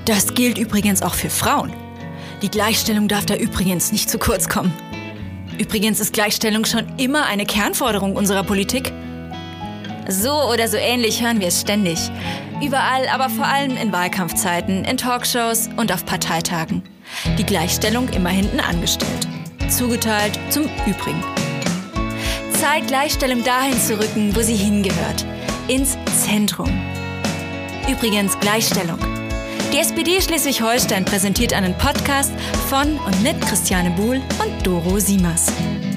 Das gilt übrigens auch für Frauen. Die Gleichstellung darf da übrigens nicht zu kurz kommen. Übrigens ist Gleichstellung schon immer eine Kernforderung unserer Politik. So oder so ähnlich hören wir es ständig. Überall, aber vor allem in Wahlkampfzeiten, in Talkshows und auf Parteitagen. Die Gleichstellung immer hinten angestellt. Zugeteilt zum Übrigen. Zeit, Gleichstellung dahin zu rücken, wo sie hingehört. Ins Zentrum. Übrigens Gleichstellung. Die SPD Schleswig-Holstein präsentiert einen Podcast von und mit Christiane Buhl und Doro Siemers.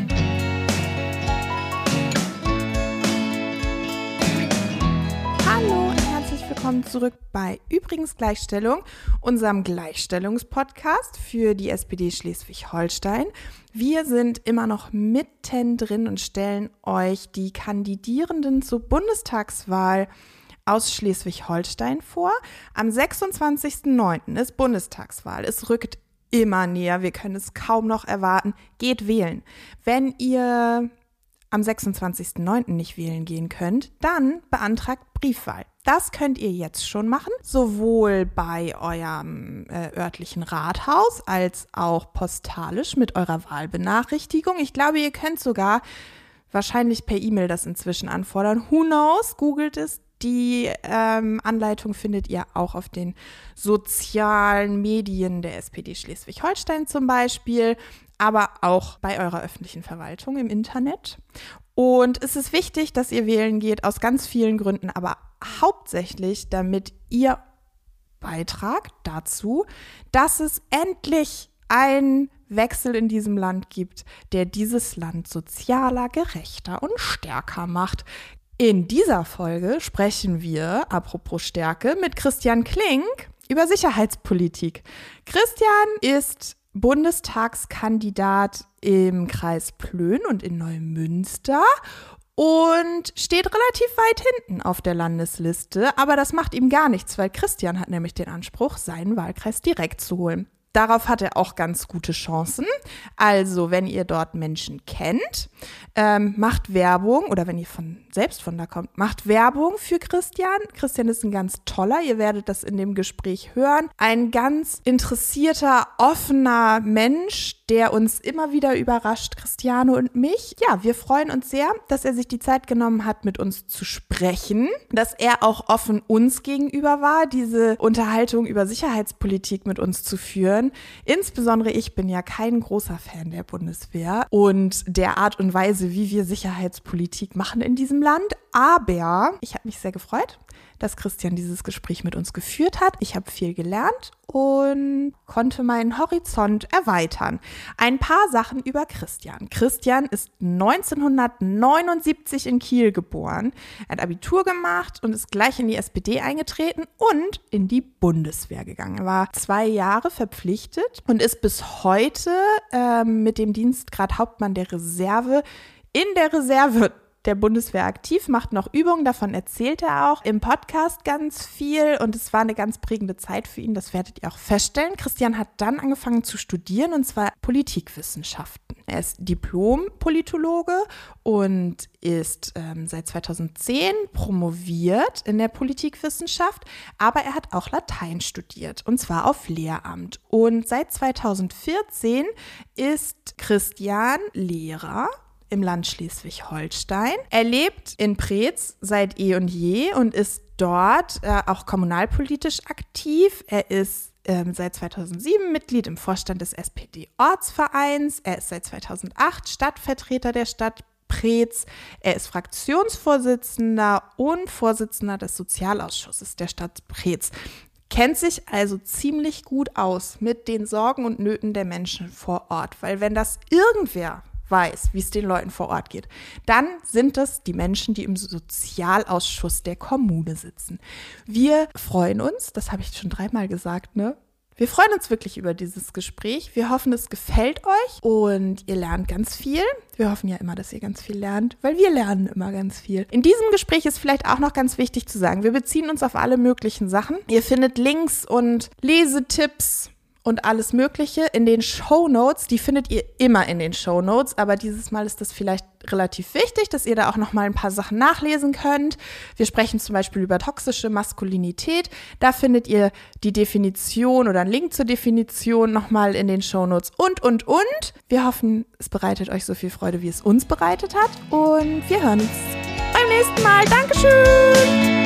Hallo und herzlich willkommen zurück bei Übrigens Gleichstellung, unserem Gleichstellungspodcast für die SPD Schleswig-Holstein. Wir sind immer noch mittendrin und stellen euch die Kandidierenden zur Bundestagswahl aus Schleswig-Holstein vor. Am 26.09. ist Bundestagswahl. Es rückt immer näher. Wir können es kaum noch erwarten. Geht wählen. Wenn ihr am 26.09. nicht wählen gehen könnt, dann beantragt Briefwahl. Das könnt ihr jetzt schon machen, sowohl bei eurem örtlichen Rathaus als auch postalisch mit eurer Wahlbenachrichtigung. Ich glaube, ihr könnt sogar wahrscheinlich per E-Mail das inzwischen anfordern. Who knows? Googelt es. Die Anleitung findet ihr auch auf den sozialen Medien der SPD Schleswig-Holstein zum Beispiel, aber auch bei eurer öffentlichen Verwaltung im Internet. Und es ist wichtig, dass ihr wählen geht, aus ganz vielen Gründen, aber hauptsächlich, damit ihr beitragt dazu, dass es endlich einen Wechsel in diesem Land gibt, der dieses Land sozialer, gerechter und stärker macht. In dieser Folge sprechen wir, apropos Stärke, mit Christian Klink über Sicherheitspolitik. Christian ist Bundestagskandidat im Kreis Plön und in Neumünster und steht relativ weit hinten auf der Landesliste. Aber das macht ihm gar nichts, weil Christian hat nämlich den Anspruch, seinen Wahlkreis direkt zu holen. Darauf hat er auch ganz gute Chancen. Also, wenn ihr dort Menschen kennt, macht Werbung, oder wenn ihr selbst von da kommt, macht Werbung für Christian. Christian ist ein ganz toller, ihr werdet das in dem Gespräch hören. Ein ganz interessierter, offener Mensch, der uns immer wieder überrascht, Christiane und mich. Ja, wir freuen uns sehr, dass er sich die Zeit genommen hat, mit uns zu sprechen, dass er auch offen uns gegenüber war, diese Unterhaltung über Sicherheitspolitik mit uns zu führen. Insbesondere ich bin ja kein großer Fan der Bundeswehr und der Art und Weise, wie wir Sicherheitspolitik machen in diesem Land. Aber ich habe mich sehr gefreut, dass Christian dieses Gespräch mit uns geführt hat. Ich habe viel gelernt und konnte meinen Horizont erweitern. Ein paar Sachen über Christian. Christian ist 1979 in Kiel geboren. Er hat Abitur gemacht und ist gleich in die SPD eingetreten und in die Bundeswehr gegangen. Er war 2 Jahre verpflichtet und ist bis heute mit dem Dienstgrad Hauptmann der Reserve in der Reserve der Bundeswehr aktiv, macht noch Übungen, davon erzählt er auch im Podcast ganz viel und es war eine ganz prägende Zeit für ihn, das werdet ihr auch feststellen. Christian hat dann angefangen zu studieren und zwar Politikwissenschaften. Er ist Diplom-Politologe und ist seit 2010 promoviert in der Politikwissenschaft, aber er hat auch Latein studiert und zwar auf Lehramt. Und seit 2014 ist Christian Lehrer im Land Schleswig-Holstein. Er lebt in Preetz seit eh und je und ist dort auch kommunalpolitisch aktiv. Er ist seit 2007 Mitglied im Vorstand des SPD-Ortsvereins. Er ist seit 2008 Stadtvertreter der Stadt Preetz. Er ist Fraktionsvorsitzender und Vorsitzender des Sozialausschusses der Stadt Preetz. Kennt sich also ziemlich gut aus mit den Sorgen und Nöten der Menschen vor Ort. Weil wenn das irgendwer weiß, wie es den Leuten vor Ort geht, dann sind das die Menschen, die im Sozialausschuss der Kommune sitzen. Wir freuen uns, das habe ich schon 3-mal gesagt, ne? Wir freuen uns wirklich über dieses Gespräch. Wir hoffen, es gefällt euch und ihr lernt ganz viel. Wir hoffen ja immer, dass ihr ganz viel lernt, weil wir lernen immer ganz viel. In diesem Gespräch ist vielleicht auch noch ganz wichtig zu sagen, wir beziehen uns auf alle möglichen Sachen. Ihr findet Links und Lesetipps und alles Mögliche in den Shownotes. Die findet ihr immer in den Shownotes, aber dieses Mal ist das vielleicht relativ wichtig, dass ihr da auch nochmal ein paar Sachen nachlesen könnt. Wir sprechen zum Beispiel über toxische Maskulinität. Da findet ihr die Definition oder einen Link zur Definition nochmal in den Shownotes und. Wir hoffen, es bereitet euch so viel Freude, wie es uns bereitet hat. Und wir hören uns beim nächsten Mal. Dankeschön!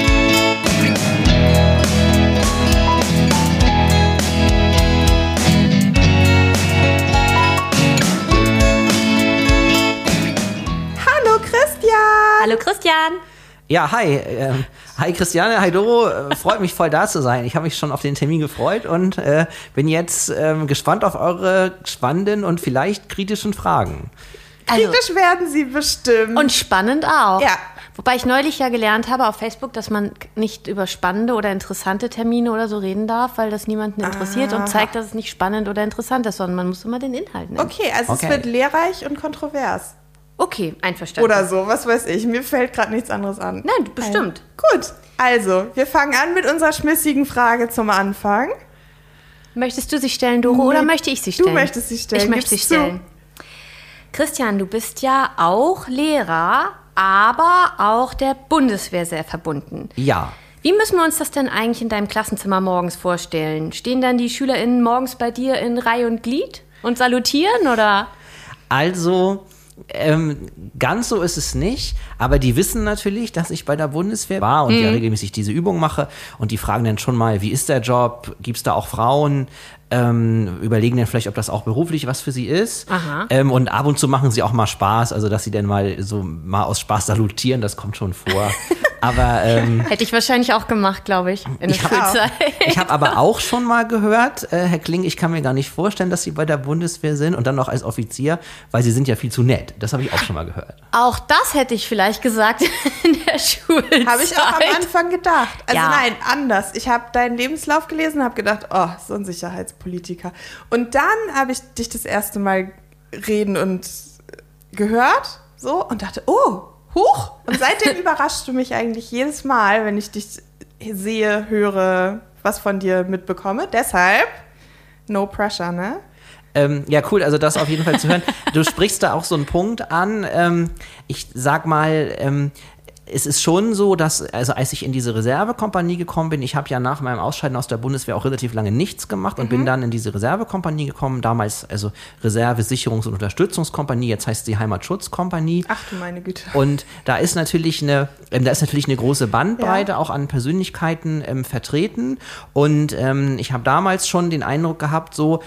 Hallo Christian. Ja, hi. Hi Christiane, hi Doro. Freut mich voll da zu sein. Ich habe mich schon auf den Termin gefreut und bin jetzt gespannt auf eure spannenden und vielleicht kritischen Fragen. Kritisch werden sie bestimmt. Und spannend auch. Ja. Wobei ich neulich ja gelernt habe auf Facebook, dass man nicht über spannende oder interessante Termine oder so reden darf, weil das niemanden interessiert und zeigt, dass es nicht spannend oder interessant ist, sondern man muss immer den Inhalt nennen. Okay, also es wird lehrreich und kontrovers. Okay, einverstanden. Oder so, was weiß ich. Mir fällt gerade nichts anderes an. Nein, bestimmt. Gut, also, wir fangen an mit unserer schmissigen Frage zum Anfang. Möchtest du sie stellen, Doro, oder möchte ich sie stellen? Du möchtest sie stellen. Ich möchte sie stellen. Christian, du bist ja auch Lehrer, aber auch der Bundeswehr sehr verbunden. Ja. Wie müssen wir uns das denn eigentlich in deinem Klassenzimmer morgens vorstellen? Stehen dann die SchülerInnen morgens bei dir in Reihe und Glied und salutieren, oder? Also, ganz so ist es nicht, aber die wissen natürlich, dass ich bei der Bundeswehr war und ja regelmäßig diese Übung mache und die fragen dann schon mal, wie ist der Job, gibt's da auch Frauen, überlegen dann vielleicht, ob das auch beruflich was für sie ist. Und ab und zu machen sie auch mal Spaß, also dass sie dann mal aus Spaß salutieren, das kommt schon vor. Aber hätte ich wahrscheinlich auch gemacht, glaube ich, in der Schulzeit. Ich habe aber auch schon mal gehört, Herr Kling, ich kann mir gar nicht vorstellen, dass Sie bei der Bundeswehr sind und dann noch als Offizier, weil Sie sind ja viel zu nett. Das habe ich auch schon mal gehört. Auch das hätte ich vielleicht gesagt in der Schulzeit. Habe ich auch am Anfang gedacht. Also ja. Nein, anders. Ich habe deinen Lebenslauf gelesen und habe gedacht, oh, so ein Sicherheitspolitiker. Und dann habe ich dich das erste Mal reden und gehört so und dachte, oh, huch. Und seitdem überraschst du mich eigentlich jedes Mal, wenn ich dich sehe, höre, was von dir mitbekomme. Deshalb, no pressure, ne? Ja, cool, also das auf jeden Fall zu hören. Du sprichst da auch so einen Punkt an. Ich sag mal, es ist schon so, dass, also als ich in diese Reservekompanie gekommen bin, ich habe ja nach meinem Ausscheiden aus der Bundeswehr auch relativ lange nichts gemacht und bin dann in diese Reservekompanie gekommen, damals also Reserve-, Sicherungs- und Unterstützungskompanie, jetzt heißt sie Heimatschutzkompanie. Ach du meine Güte. Und da ist natürlich eine große Bandbreite auch an Persönlichkeiten vertreten und ich habe damals schon den Eindruck gehabt, so,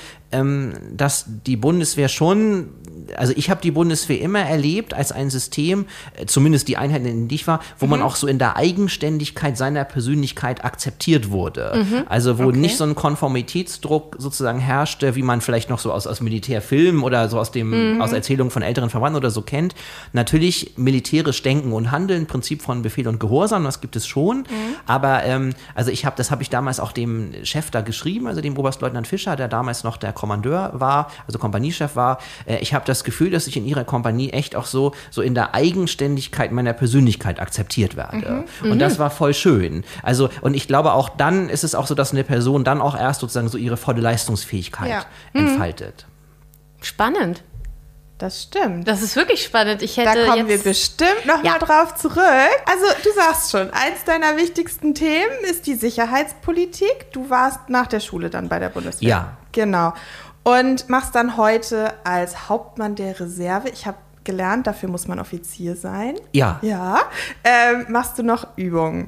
dass die Bundeswehr schon, also ich habe die Bundeswehr immer erlebt als ein System, zumindest die Einheiten, in denen ich war, wo man auch so in der Eigenständigkeit seiner Persönlichkeit akzeptiert wurde. Also wo nicht so ein Konformitätsdruck sozusagen herrschte, wie man vielleicht noch so aus Militärfilmen oder so aus Erzählungen von älteren Verwandten oder so kennt. Natürlich militärisch denken und handeln, Prinzip von Befehl und Gehorsam, das gibt es schon. Aber also das habe ich damals auch dem Chef da geschrieben, also dem Oberstleutnant Fischer, der damals noch der Kommandeur war, also Kompaniechef war. Ich habe das Gefühl, dass ich in ihrer Kompanie echt auch so in der Eigenständigkeit meiner Persönlichkeit akzeptiert werde. Und das war voll schön. Also, und ich glaube auch dann ist es auch so, dass eine Person dann auch erst sozusagen so ihre volle Leistungsfähigkeit entfaltet. Spannend. Das stimmt. Das ist wirklich spannend. Da kommen wir bestimmt noch mal drauf zurück. Also du sagst schon, eins deiner wichtigsten Themen ist die Sicherheitspolitik. Du warst nach der Schule dann bei der Bundeswehr. Ja. Genau. Und machst dann heute als Hauptmann der Reserve, ich habe gelernt, dafür muss man Offizier sein. Ja. Ja. Machst du noch Übungen.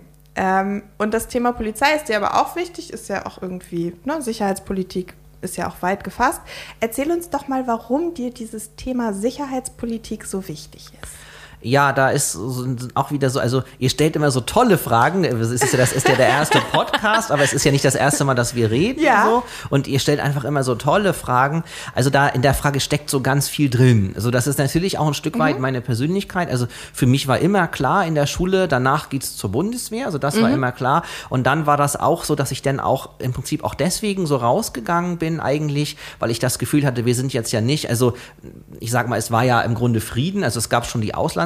Und das Thema Polizei ist dir aber auch wichtig, ist ja auch irgendwie, ne, Sicherheitspolitik ist ja auch weit gefasst. Erzähl uns doch mal, warum dir dieses Thema Sicherheitspolitik so wichtig ist. Ja, da ist auch wieder so, also ihr stellt immer so tolle Fragen. Das ist ja der erste Podcast, aber es ist ja nicht das erste Mal, dass wir reden. Ja. So. Und ihr stellt einfach immer so tolle Fragen. Also da in der Frage steckt so ganz viel drin. Also das ist natürlich auch ein Stück weit meine Persönlichkeit. Also für mich war immer klar in der Schule, danach geht's zur Bundeswehr. Also das war immer klar. Und dann war das auch so, dass ich dann auch im Prinzip auch deswegen so rausgegangen bin eigentlich, weil ich das Gefühl hatte, wir sind jetzt ja nicht, also ich sag mal, es war ja im Grunde Frieden. Also es gab schon die Auslandseinsätze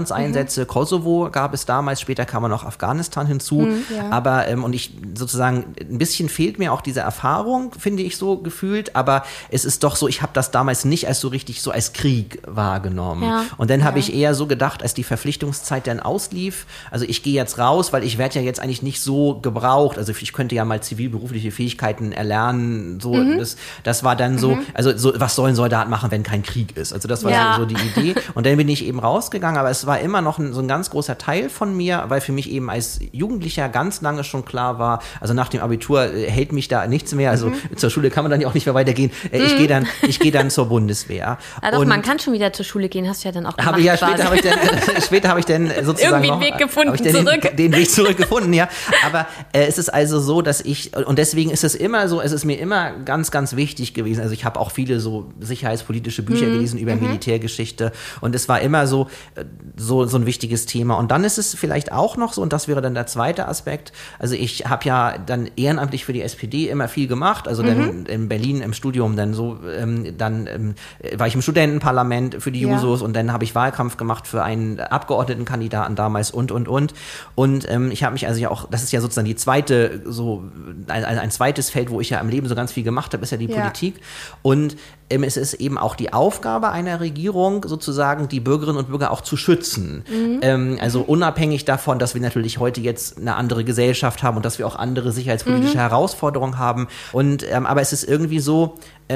Auslandseinsätze. Kosovo gab es damals, später kam noch Afghanistan hinzu. Aber, und ich sozusagen, ein bisschen fehlt mir auch diese Erfahrung, finde ich so gefühlt. Aber es ist doch so, ich habe das damals nicht als so richtig so als Krieg wahrgenommen. Ja. Und dann habe ich eher so gedacht, als die Verpflichtungszeit dann auslief, also ich gehe jetzt raus, weil ich werde ja jetzt eigentlich nicht so gebraucht. Also ich könnte ja mal zivilberufliche Fähigkeiten erlernen. So, das war dann so, also so, was soll ein Soldat machen, wenn kein Krieg ist? Also das war so die Idee. Und dann bin ich eben rausgegangen, aber es war immer noch so ein ganz großer Teil von mir, weil für mich eben als Jugendlicher ganz lange schon klar war, also nach dem Abitur hält mich da nichts mehr. Also zur Schule kann man dann ja auch nicht mehr weitergehen. Ich gehe dann zur Bundeswehr. Ja, doch, man kann schon wieder zur Schule gehen, hast du ja dann auch gemacht. Später habe ich dann sozusagen irgendwie einen Weg gefunden zurück. Den Weg zurückgefunden, ja. Aber es ist also so, dass und deswegen ist es immer so, es ist mir immer ganz, ganz wichtig gewesen. Also ich habe auch viele so sicherheitspolitische Bücher gelesen über Militärgeschichte und es war immer so ein wichtiges Thema. Und dann ist es vielleicht auch noch so, und das wäre dann der zweite Aspekt, also ich habe ja dann ehrenamtlich für die SPD immer viel gemacht, also dann in Berlin im Studium dann so, dann war ich im Studentenparlament für die Jusos und dann habe ich Wahlkampf gemacht für einen Abgeordnetenkandidaten damals und. Und ich habe mich also ja auch, das ist ja sozusagen die zweite, so ein zweites Feld, wo ich ja im Leben so ganz viel gemacht habe, ist ja die Politik. Und es ist eben auch die Aufgabe einer Regierung, sozusagen die Bürgerinnen und Bürger auch zu schützen. Also unabhängig davon, dass wir natürlich heute jetzt eine andere Gesellschaft haben und dass wir auch andere sicherheitspolitische Herausforderungen haben. Und aber es ist irgendwie so,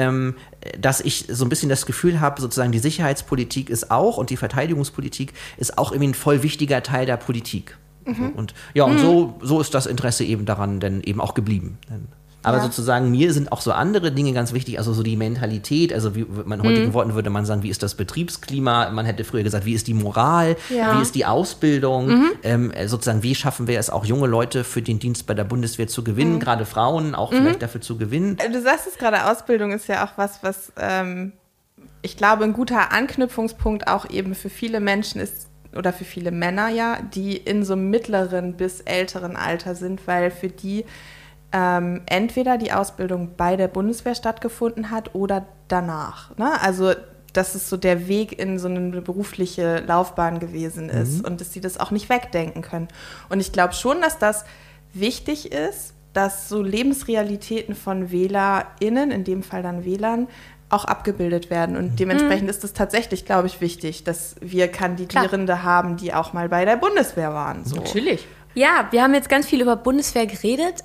dass ich so ein bisschen das Gefühl habe, sozusagen die Sicherheitspolitik ist auch und die Verteidigungspolitik ist auch irgendwie ein voll wichtiger Teil der Politik. Und so ist das Interesse eben daran dann eben auch geblieben. Aber sozusagen mir sind auch so andere Dinge ganz wichtig, also so die Mentalität, also wie man heutigen Worten würde man sagen, wie ist das Betriebsklima, man hätte früher gesagt, wie ist die Moral, wie ist die Ausbildung, sozusagen wie schaffen wir es auch junge Leute für den Dienst bei der Bundeswehr zu gewinnen, gerade Frauen auch vielleicht dafür zu gewinnen. Du sagst es gerade, Ausbildung ist ja auch was ich glaube ein guter Anknüpfungspunkt auch eben für viele Menschen ist, oder für viele Männer die in so einem mittleren bis älteren Alter sind, weil für die entweder die Ausbildung bei der Bundeswehr stattgefunden hat oder danach. Ne? Also dass es so der Weg in so eine berufliche Laufbahn gewesen ist und dass sie das auch nicht wegdenken können. Und ich glaube schon, dass das wichtig ist, dass so Lebensrealitäten von WählerInnen, in dem Fall dann Wählern, auch abgebildet werden. Und dementsprechend ist es tatsächlich, glaube ich, wichtig, dass wir Kandidierende haben, die auch mal bei der Bundeswehr waren. So. Natürlich. Ja, wir haben jetzt ganz viel über Bundeswehr geredet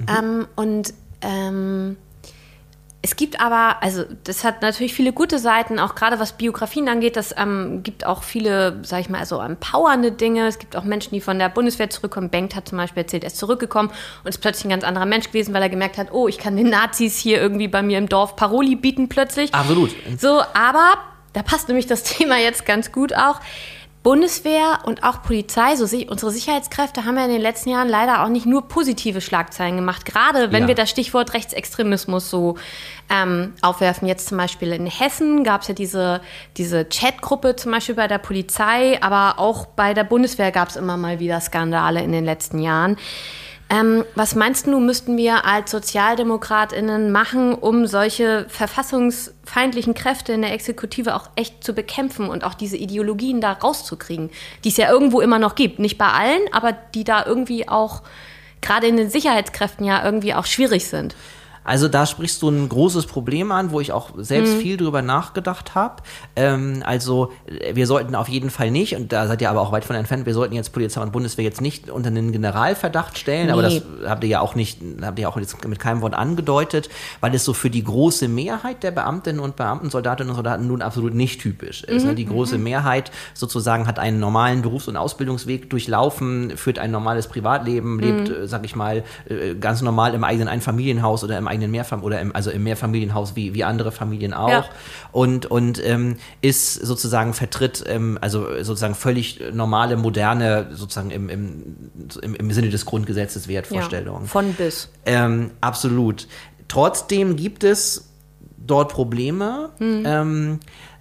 es gibt aber, also das hat natürlich viele gute Seiten, auch gerade was Biografien angeht, das gibt auch viele, sag ich mal, also empowernde Dinge. Es gibt auch Menschen, die von der Bundeswehr zurückkommen. Bengt hat zum Beispiel erzählt, er ist zurückgekommen und ist plötzlich ein ganz anderer Mensch gewesen, weil er gemerkt hat, oh, ich kann den Nazis hier irgendwie bei mir im Dorf Paroli bieten plötzlich. Absolut. So, aber da passt nämlich das Thema jetzt ganz gut auch. Bundeswehr und auch Polizei, unsere Sicherheitskräfte haben ja in den letzten Jahren leider auch nicht nur positive Schlagzeilen gemacht. Gerade wenn wir das Stichwort Rechtsextremismus so aufwerfen. Jetzt zum Beispiel in Hessen gab es ja diese Chatgruppe zum Beispiel bei der Polizei, aber auch bei der Bundeswehr gab es immer mal wieder Skandale in den letzten Jahren. Was meinst du, müssten wir als SozialdemokratInnen machen, um solche verfassungsfeindlichen Kräfte in der Exekutive auch echt zu bekämpfen und auch diese Ideologien da rauszukriegen, die es ja irgendwo immer noch gibt? Nicht bei allen, aber die da irgendwie auch gerade in den Sicherheitskräften ja irgendwie auch schwierig sind. Also da sprichst du ein großes Problem an, wo ich auch selbst viel drüber nachgedacht habe. Also wir sollten auf jeden Fall nicht, und da seid ihr aber auch weit von entfernt, wir sollten jetzt Polizei und Bundeswehr jetzt nicht unter einen Generalverdacht stellen, aber das habt ihr ja auch jetzt mit keinem Wort angedeutet, weil es so für die große Mehrheit der Beamtinnen und Beamten, Soldatinnen und Soldaten nun absolut nicht typisch ist. Die große Mehrheit sozusagen hat einen normalen Berufs- und Ausbildungsweg durchlaufen, führt ein normales Privatleben, lebt, sag ich mal, ganz normal im eigenen Einfamilienhaus oder im eigenen im Mehrfamilienhaus wie andere Familien auch. Ja. Und ist sozusagen vertritt, also sozusagen völlig normale, moderne, sozusagen im Sinne des Grundgesetzes Wertvorstellungen. Ja, von bis. Absolut. Trotzdem gibt es dort Probleme.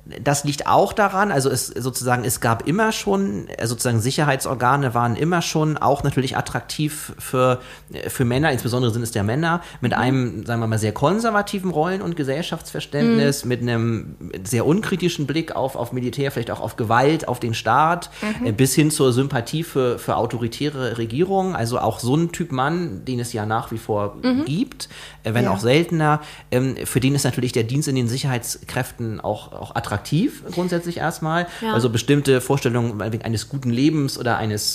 das liegt auch daran, also es gab immer schon, sozusagen Sicherheitsorgane waren immer schon auch natürlich attraktiv für Männer, insbesondere sind es ja Männer, mit einem, sagen wir mal, sehr konservativen Rollen- und Gesellschaftsverständnis, mit einem sehr unkritischen Blick auf Militär, vielleicht auch auf Gewalt, auf den Staat, bis hin zur Sympathie für autoritäre Regierungen. Also auch so ein Typ Mann, den es ja nach wie vor gibt, wenn auch seltener, für den ist natürlich der Dienst in den Sicherheitskräften auch attraktiv grundsätzlich erstmal. Ja. Also bestimmte Vorstellungen eines guten Lebens oder eines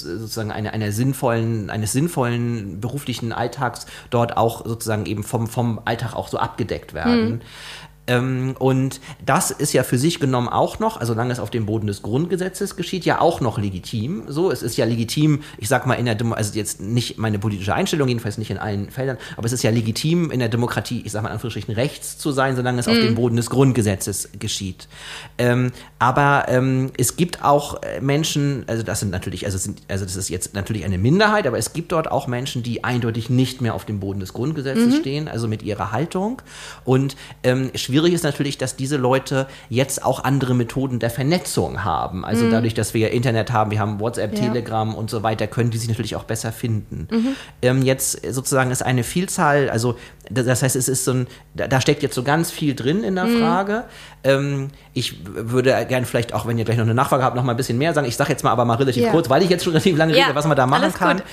sinnvollen beruflichen Alltags dort auch sozusagen eben vom Alltag auch so abgedeckt werden. Und das ist ja für sich genommen auch noch, also solange es auf dem Boden des Grundgesetzes geschieht, ja auch noch legitim. So, es ist ja legitim, ich sag mal also jetzt nicht meine politische Einstellung, jedenfalls nicht in allen Feldern, aber es ist ja legitim in der Demokratie, ich sag mal in Anführungsstrichen, rechts zu sein, solange es auf dem Boden des Grundgesetzes geschieht. Aber es gibt auch Menschen, also das sind natürlich, das ist jetzt natürlich eine Minderheit, aber es gibt dort auch Menschen, die eindeutig nicht mehr auf dem Boden des Grundgesetzes stehen, also mit ihrer Haltung. Und schwierig ist natürlich, dass diese Leute jetzt auch andere Methoden der Vernetzung haben. Also dadurch, dass wir Internet haben, wir haben WhatsApp, Telegram und so weiter, können die sich natürlich auch besser finden. Jetzt sozusagen ist eine Vielzahl, also das heißt, es ist da steckt jetzt so ganz viel drin in der Frage. Ich würde gerne vielleicht auch, wenn ihr gleich noch eine Nachfrage habt, noch mal ein bisschen mehr sagen. Ich sage jetzt mal relativ kurz, weil ich jetzt schon relativ lange rede, was man da machen kann.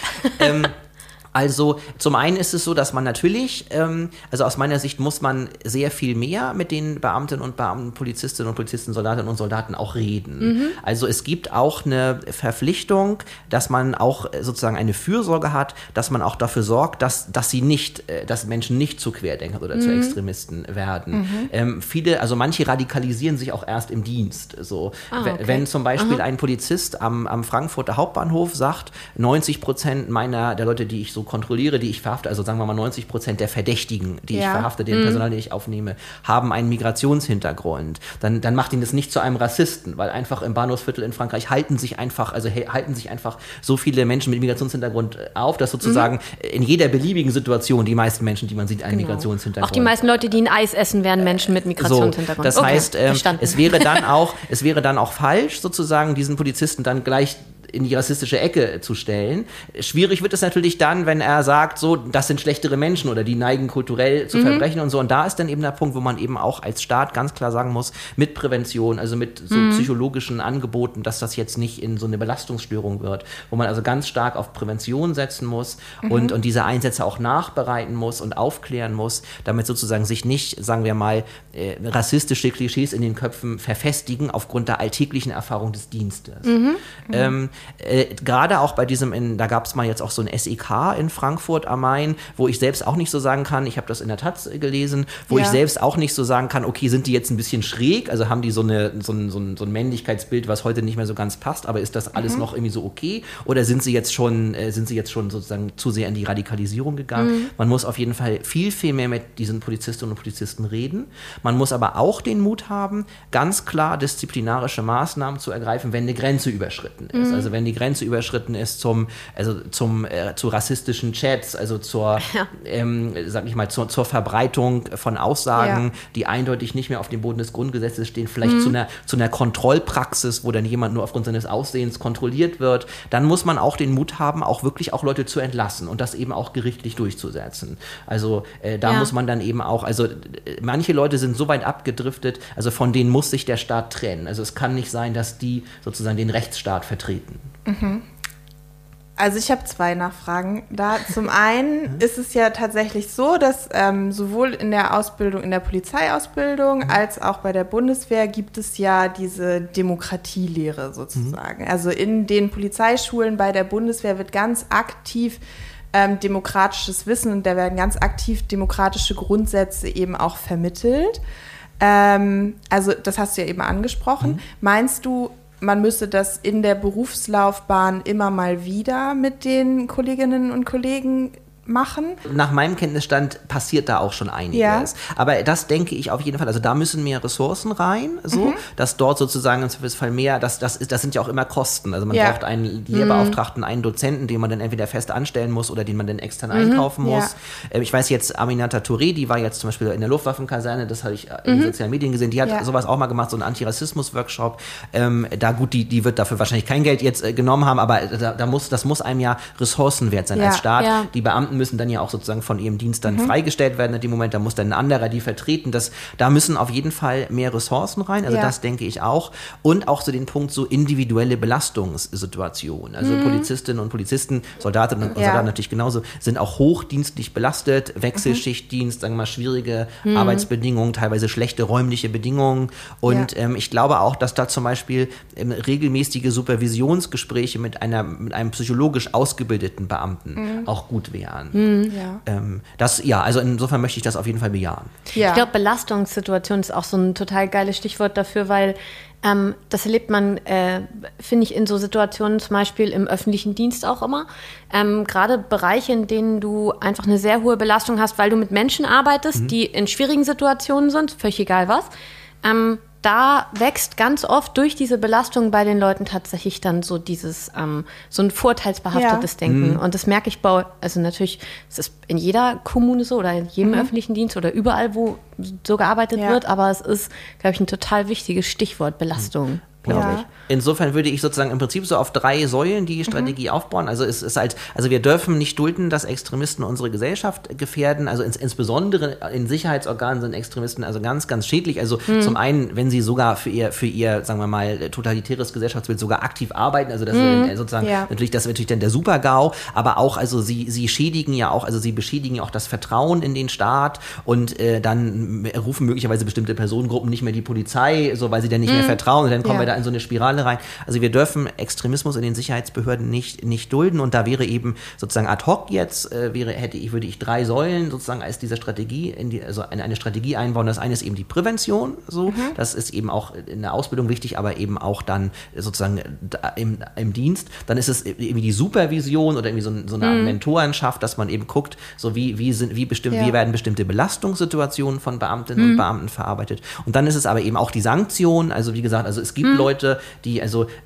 Also zum einen ist es so, dass man natürlich, also aus meiner Sicht muss man sehr viel mehr mit den Beamtinnen und Beamten, Polizistinnen und Polizisten, Soldatinnen und Soldaten auch reden. Also es gibt auch eine Verpflichtung, dass man auch sozusagen eine Fürsorge hat, dass man auch dafür sorgt, dass Menschen nicht zu Querdenkern oder zu Extremisten werden. Manche radikalisieren sich auch erst im Dienst. So, wenn zum Beispiel ein Polizist am Frankfurter Hauptbahnhof sagt, 90% der Leute, die ich so kontrolliere, die ich verhafte, also sagen wir mal 90% der Verdächtigen, die ich verhafte, den Personal, den ich aufnehme, haben einen Migrationshintergrund. Dann macht ihn das nicht zu einem Rassisten, weil einfach im Bahnhofsviertel in Frankreich halten sich einfach so viele Menschen mit Migrationshintergrund auf, dass sozusagen in jeder beliebigen Situation die meisten Menschen, die man sieht, einen Migrationshintergrund. Auch die meisten Leute, die ein Eis essen, wären Menschen mit Migrationshintergrund. So, das heißt, es wäre dann auch falsch, sozusagen diesen Polizisten dann gleich in die rassistische Ecke zu stellen. Schwierig wird es natürlich dann, wenn er sagt, so, das sind schlechtere Menschen oder die neigen kulturell zu Verbrechen und so. Und da ist dann eben der Punkt, wo man eben auch als Staat ganz klar sagen muss, mit Prävention, also mit so psychologischen Angeboten, dass das jetzt nicht in so eine Belastungsstörung wird, wo man also ganz stark auf Prävention setzen muss und diese Einsätze auch nachbereiten muss und aufklären muss, damit sozusagen sich nicht, sagen wir mal, rassistische Klischees in den Köpfen verfestigen aufgrund der alltäglichen Erfahrung des Dienstes. Gerade auch bei da gab es mal jetzt auch so ein SEK in Frankfurt am Main, wo ich selbst auch nicht so sagen kann, ich habe das in der Taz gelesen, wo ich selbst auch nicht so sagen kann, okay, sind die jetzt ein bisschen schräg, also haben die so ein Männlichkeitsbild, was heute nicht mehr so ganz passt, aber ist das alles noch irgendwie so okay, oder sind sie jetzt schon sozusagen zu sehr in die Radikalisierung gegangen? Man muss auf jeden Fall viel, viel mehr mit diesen Polizistinnen und Polizisten reden. Man muss aber auch den Mut haben, ganz klar disziplinarische Maßnahmen zu ergreifen, wenn eine Grenze überschritten ist. Also wenn die Grenze überschritten ist zu rassistischen Chats, also zur Verbreitung von Aussagen, die eindeutig nicht mehr auf dem Boden des Grundgesetzes stehen, vielleicht zu einer Kontrollpraxis, wo dann jemand nur aufgrund seines Aussehens kontrolliert wird, dann muss man auch den Mut haben, auch wirklich auch Leute zu entlassen und das eben auch gerichtlich durchzusetzen. Also muss man dann eben auch, also manche Leute sind so weit abgedriftet, also von denen muss sich der Staat trennen. Also es kann nicht sein, dass die sozusagen den Rechtsstaat vertreten. Also ich habe 2 Nachfragen. Zum einen ist es ja tatsächlich so, dass sowohl in der Ausbildung, in der Polizeiausbildung als auch bei der Bundeswehr gibt es ja diese Demokratielehre sozusagen. Also in den Polizeischulen bei der Bundeswehr wird ganz aktiv demokratisches Wissen und da werden ganz aktiv demokratische Grundsätze eben auch vermittelt. Also das hast du ja eben angesprochen. Meinst du, man müsste das in der Berufslaufbahn immer mal wieder mit den Kolleginnen und Kollegen machen. Nach meinem Kenntnisstand passiert da auch schon einiges. Ja. Aber das denke ich auf jeden Fall, also da müssen mehr Ressourcen rein, so, dass dort sozusagen im Zweifelsfall mehr, das sind ja auch immer Kosten. Also man braucht einen Lehrbeauftragten, einen Dozenten, den man dann entweder fest anstellen muss oder den man dann extern einkaufen muss. Ich weiß jetzt, Aminata Touré, die war jetzt zum Beispiel in der Luftwaffenkaserne, das habe ich in den sozialen Medien gesehen, die hat sowas auch mal gemacht, so einen Antirassismus-Workshop. Die wird dafür wahrscheinlich kein Geld jetzt genommen haben, aber das muss einem ja Ressourcen wert sein als Staat. Ja. Die Beamten müssen dann ja auch sozusagen von ihrem Dienst dann freigestellt werden in dem Moment, da muss dann ein anderer die vertreten. Da müssen auf jeden Fall mehr Ressourcen rein, also das denke ich auch. Und auch so den Punkt so individuelle Belastungssituationen. Also Polizistinnen und Polizisten, Soldatinnen und Soldaten natürlich genauso, sind auch hochdienstlich belastet, Wechselschichtdienst, sagen wir mal schwierige Arbeitsbedingungen, teilweise schlechte räumliche Bedingungen. Und ich glaube auch, dass da zum Beispiel regelmäßige Supervisionsgespräche mit einem psychologisch ausgebildeten Beamten auch gut wären. Also insofern möchte ich das auf jeden Fall bejahen. Ja. Ich glaube, Belastungssituation ist auch so ein total geiles Stichwort dafür, weil das erlebt man, finde ich, in so Situationen zum Beispiel im öffentlichen Dienst auch immer. Gerade Bereiche, in denen du einfach eine sehr hohe Belastung hast, weil du mit Menschen arbeitest, die in schwierigen Situationen sind, völlig egal was. Da wächst ganz oft durch diese Belastung bei den Leuten tatsächlich dann so dieses, so ein vorteilsbehaftetes Denken. Und das merke ich also natürlich, es ist in jeder Kommune so oder in jedem öffentlichen Dienst oder überall, wo so gearbeitet wird, aber es ist, glaube ich, ein total wichtiges Stichwort, Belastung. Glaube ich. Insofern würde ich sozusagen im Prinzip so auf 3 Säulen die Strategie aufbauen. Also es ist halt, also wir dürfen nicht dulden, dass Extremisten unsere Gesellschaft gefährden. Also insbesondere in Sicherheitsorganen sind Extremisten also ganz, ganz schädlich. Also zum einen, wenn sie sogar für ihr, sagen wir mal, totalitäres Gesellschaftsbild sogar aktiv arbeiten. Also das ist sozusagen natürlich, das ist natürlich dann der Super-GAU. Aber auch, also sie schädigen ja auch, also sie beschädigen ja auch das Vertrauen in den Staat und dann rufen möglicherweise bestimmte Personengruppen nicht mehr die Polizei, so weil sie dann nicht mehr vertrauen. Und dann kommen wir da in so eine Spirale rein. Also wir dürfen Extremismus in den Sicherheitsbehörden nicht dulden und da wäre eben sozusagen ad hoc jetzt, würde ich 3 Säulen sozusagen als diese Strategie, also eine Strategie einbauen. Das eine ist eben die Prävention, so. Das ist eben auch in der Ausbildung wichtig, aber eben auch dann sozusagen im Dienst. Dann ist es irgendwie die Supervision oder irgendwie so eine Art Mentorenschaft, dass man eben guckt, so wie werden bestimmte Belastungssituationen von Beamtinnen und Beamten verarbeitet. Und dann ist es aber eben auch die Sanktion, also wie gesagt, also es gibt Leute, die,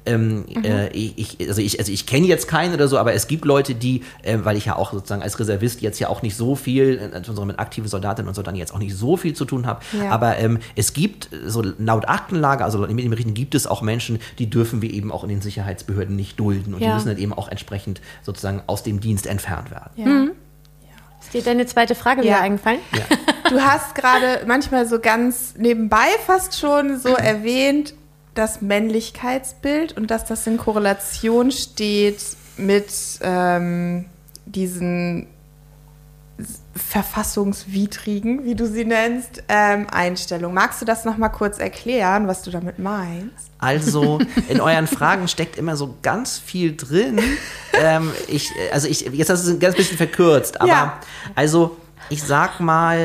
ich kenne jetzt keinen oder so, aber es gibt Leute, die, weil ich ja auch sozusagen als Reservist jetzt ja auch nicht so viel, also mit aktiven Soldatinnen und Soldaten jetzt auch nicht so viel zu tun habe, aber es gibt, so laut Aktenlage, also in den Berichten gibt es auch Menschen, die dürfen wir eben auch in den Sicherheitsbehörden nicht dulden und die müssen dann eben auch entsprechend sozusagen aus dem Dienst entfernt werden. Ist dir deine zweite Frage wieder eingefallen? Ja. Du hast gerade manchmal so ganz nebenbei fast schon so erwähnt, das Männlichkeitsbild und dass das in Korrelation steht mit diesen verfassungswidrigen, wie du sie nennst, Einstellungen. Magst du das nochmal kurz erklären, was du damit meinst? Also, in euren Fragen steckt immer so ganz viel drin. Jetzt hast du es ein ganz bisschen verkürzt, aber also, ich sag mal,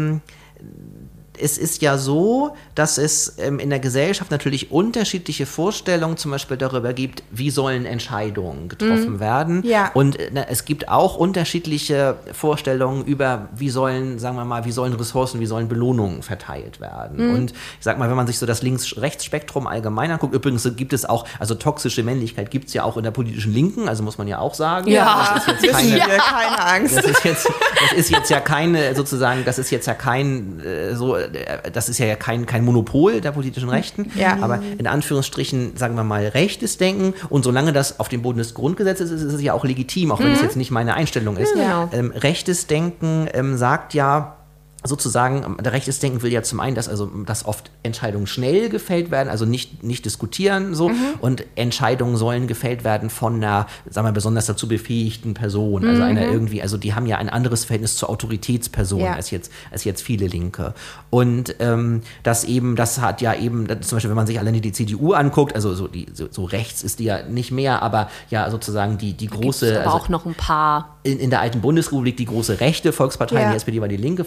es ist ja so, dass es in der Gesellschaft natürlich unterschiedliche Vorstellungen zum Beispiel darüber gibt, wie sollen Entscheidungen getroffen werden. Ja. Und es gibt auch unterschiedliche Vorstellungen über, wie sollen Ressourcen, wie sollen Belohnungen verteilt werden. Und ich sag mal, wenn man sich so das Links-Rechts-Spektrum allgemein anguckt, übrigens gibt es auch, also toxische Männlichkeit gibt es ja auch in der politischen Linken, also muss man ja auch sagen. Ja, das ist jetzt keine Angst. Das ist jetzt ja kein Monopol der politischen Rechten, aber in Anführungsstrichen, sagen wir mal, rechtes Denken und solange das auf dem Boden des Grundgesetzes ist es ja auch legitim, auch wenn es jetzt nicht meine Einstellung ist. Rechtes Denken sagt ja, sozusagen, der rechtes Denken will ja zum einen, dass oft Entscheidungen schnell gefällt werden, also nicht diskutieren so und Entscheidungen sollen gefällt werden von einer, sagen wir, besonders dazu befähigten Person, also einer irgendwie, also die haben ja ein anderes Verhältnis zur Autoritätsperson als jetzt viele Linke. Und das hat ja eben, zum Beispiel, wenn man sich alleine die CDU anguckt, also so rechts ist die ja nicht mehr, aber ja sozusagen die große, aber auch noch ein paar. In der alten Bundesrepublik die große rechte Volkspartei, die SPD war die linke Volkspartei.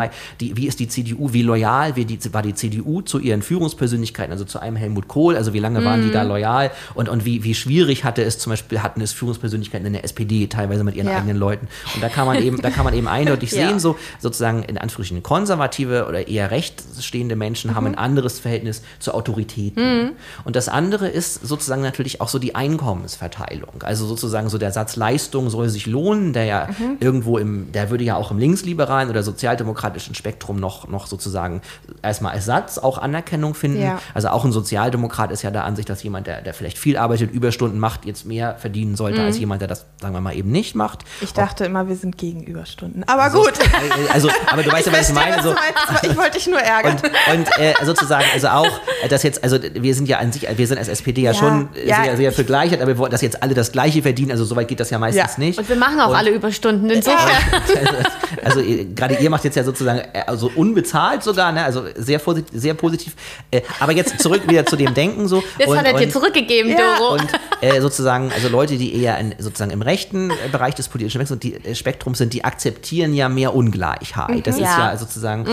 Partei, wie ist die CDU, wie loyal war die CDU zu ihren Führungspersönlichkeiten, also zu einem Helmut Kohl, also wie lange waren die da loyal und wie schwierig hatten es Führungspersönlichkeiten in der SPD teilweise mit ihren eigenen Leuten. Und da kann man eben eindeutig sehen, so sozusagen in Anführungsstrichen konservative oder eher rechts stehende Menschen haben ein anderes Verhältnis zu Autoritäten. Und das andere ist sozusagen natürlich auch so die Einkommensverteilung. Also sozusagen so der Satz Leistung soll sich lohnen, der ja der würde ja auch im linksliberalen oder sozialdemokratischen Spektrum noch sozusagen erstmal als Satz auch Anerkennung finden. Ja. Also auch ein Sozialdemokrat ist ja der Ansicht, dass jemand, der vielleicht viel arbeitet, Überstunden macht, jetzt mehr verdienen sollte als jemand, der das, sagen wir mal, eben nicht macht. Ich dachte immer, wir sind gegen Überstunden. Aber gut. Aber du weißt ja, was ich meine. Ich wollte dich nur ärgern. Und sozusagen, also auch, dass jetzt, also wir sind ja an sich, wir sind als SPD ja schon sehr für Gleichheit, aber wir wollen, dass jetzt alle das Gleiche verdienen, also soweit geht das ja meistens nicht. Und wir machen auch alle Überstunden, insofern. Also gerade ihr macht jetzt ja sozusagen also unbezahlt sogar, ne? Also sehr positiv. Aber jetzt zurück wieder zu dem Denken so. Das hat er dir zurückgegeben, Doro. Und sozusagen, also Leute, die eher sozusagen im rechten Bereich des politischen Spektrums sind, die akzeptieren ja mehr Ungleichheit. Das ist ja sozusagen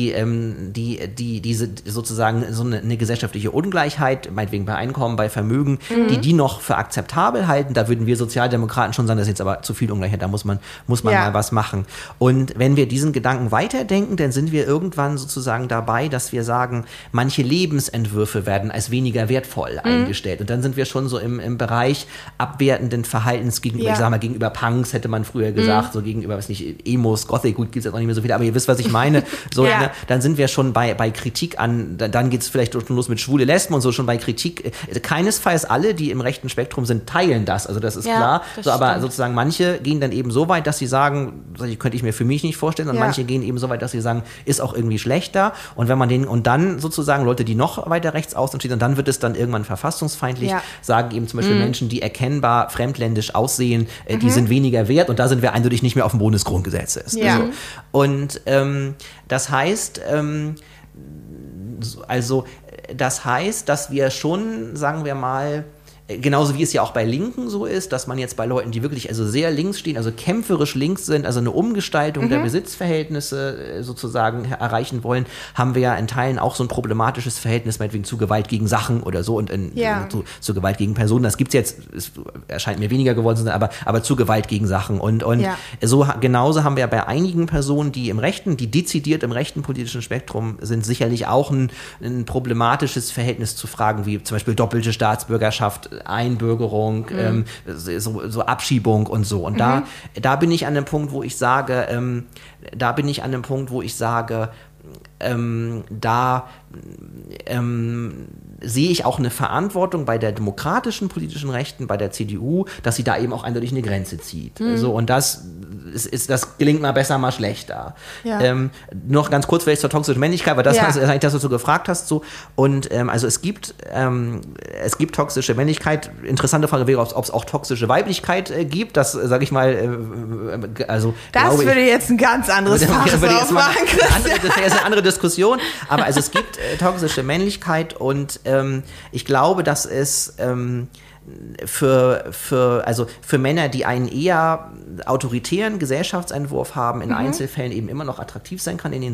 diese sozusagen so eine gesellschaftliche Ungleichheit, meinetwegen bei Einkommen, bei Vermögen, die noch für akzeptabel halten. Da würden wir Sozialdemokraten schon sagen, das ist jetzt aber zu viel Ungleichheit, da muss man mal was machen. Und wenn wir diesen Gedanken weiterdenken, dann sind wir irgendwann sozusagen dabei, dass wir sagen, manche Lebensentwürfe werden als weniger wertvoll eingestellt. Und dann sind wir schon so im Bereich abwertenden Verhaltens gegenüber, ich sag mal, gegenüber Punks hätte man früher gesagt, so gegenüber, weiß nicht, Emos, Gothic, gut, gibt's jetzt auch nicht mehr so viele, aber ihr wisst, was ich meine. So, ne? Dann sind wir schon bei Kritik an, dann geht's vielleicht schon los mit schwule Lesben und so, schon bei Kritik. Keinesfalls alle, die im rechten Spektrum sind, teilen das, also das ist klar. So, aber sozusagen manche gehen dann eben so weit, dass sie sagen, könnte ich mir für mich nicht vorstellen, und manche gehen eben so weit, dass sie sagen, ist auch irgendwie schlechter. Und wenn man und dann sozusagen Leute, die noch weiter rechts außen stehen, und dann wird es dann irgendwann verfassungsfeindlich, sagen eben zum Beispiel Menschen, die erkennbar fremdländisch aussehen, die sind weniger wert, und da sind wir eindeutig nicht mehr auf dem Bundesgrundgesetz. Ja. So. Und das heißt, dass wir schon, sagen wir mal, genauso wie es ja auch bei Linken so ist, dass man jetzt bei Leuten, die wirklich also sehr links stehen, also kämpferisch links sind, also eine Umgestaltung der Besitzverhältnisse sozusagen erreichen wollen, haben wir ja in Teilen auch so ein problematisches Verhältnis meinetwegen zu Gewalt gegen Sachen oder so und zu Gewalt gegen Personen. Das gibt's jetzt, es erscheint mir weniger geworden zu sein, aber zu Gewalt gegen Sachen. Und so genauso haben wir bei einigen Personen, die dezidiert im rechten politischen Spektrum sind, sicherlich auch ein problematisches Verhältnis zu Fragen wie zum Beispiel doppelte Staatsbürgerschaft, Einbürgerung, so Abschiebung und so. Und da bin ich an dem Punkt, wo ich sage, sehe ich auch eine Verantwortung bei der demokratischen politischen Rechten, bei der CDU, dass sie da eben auch eindeutig eine Grenze zieht. So, und das gelingt mal besser, mal schlechter. Ja. Noch ganz kurz vielleicht zur toxischen Männlichkeit, weil das ist eigentlich das, was du gefragt hast. So. Und also es gibt toxische Männlichkeit. Interessante Frage wäre, ob es auch toxische Weiblichkeit gibt. Das sage ich mal, das würde jetzt ein ganz anderes Fass aufmachen, Christian. Das ist eine andere Diskussion. Aber also es gibt toxische Männlichkeit, und ich glaube, dass es für Männer, die einen eher autoritären Gesellschaftsentwurf haben, in Einzelfällen eben immer noch attraktiv sein kann, in den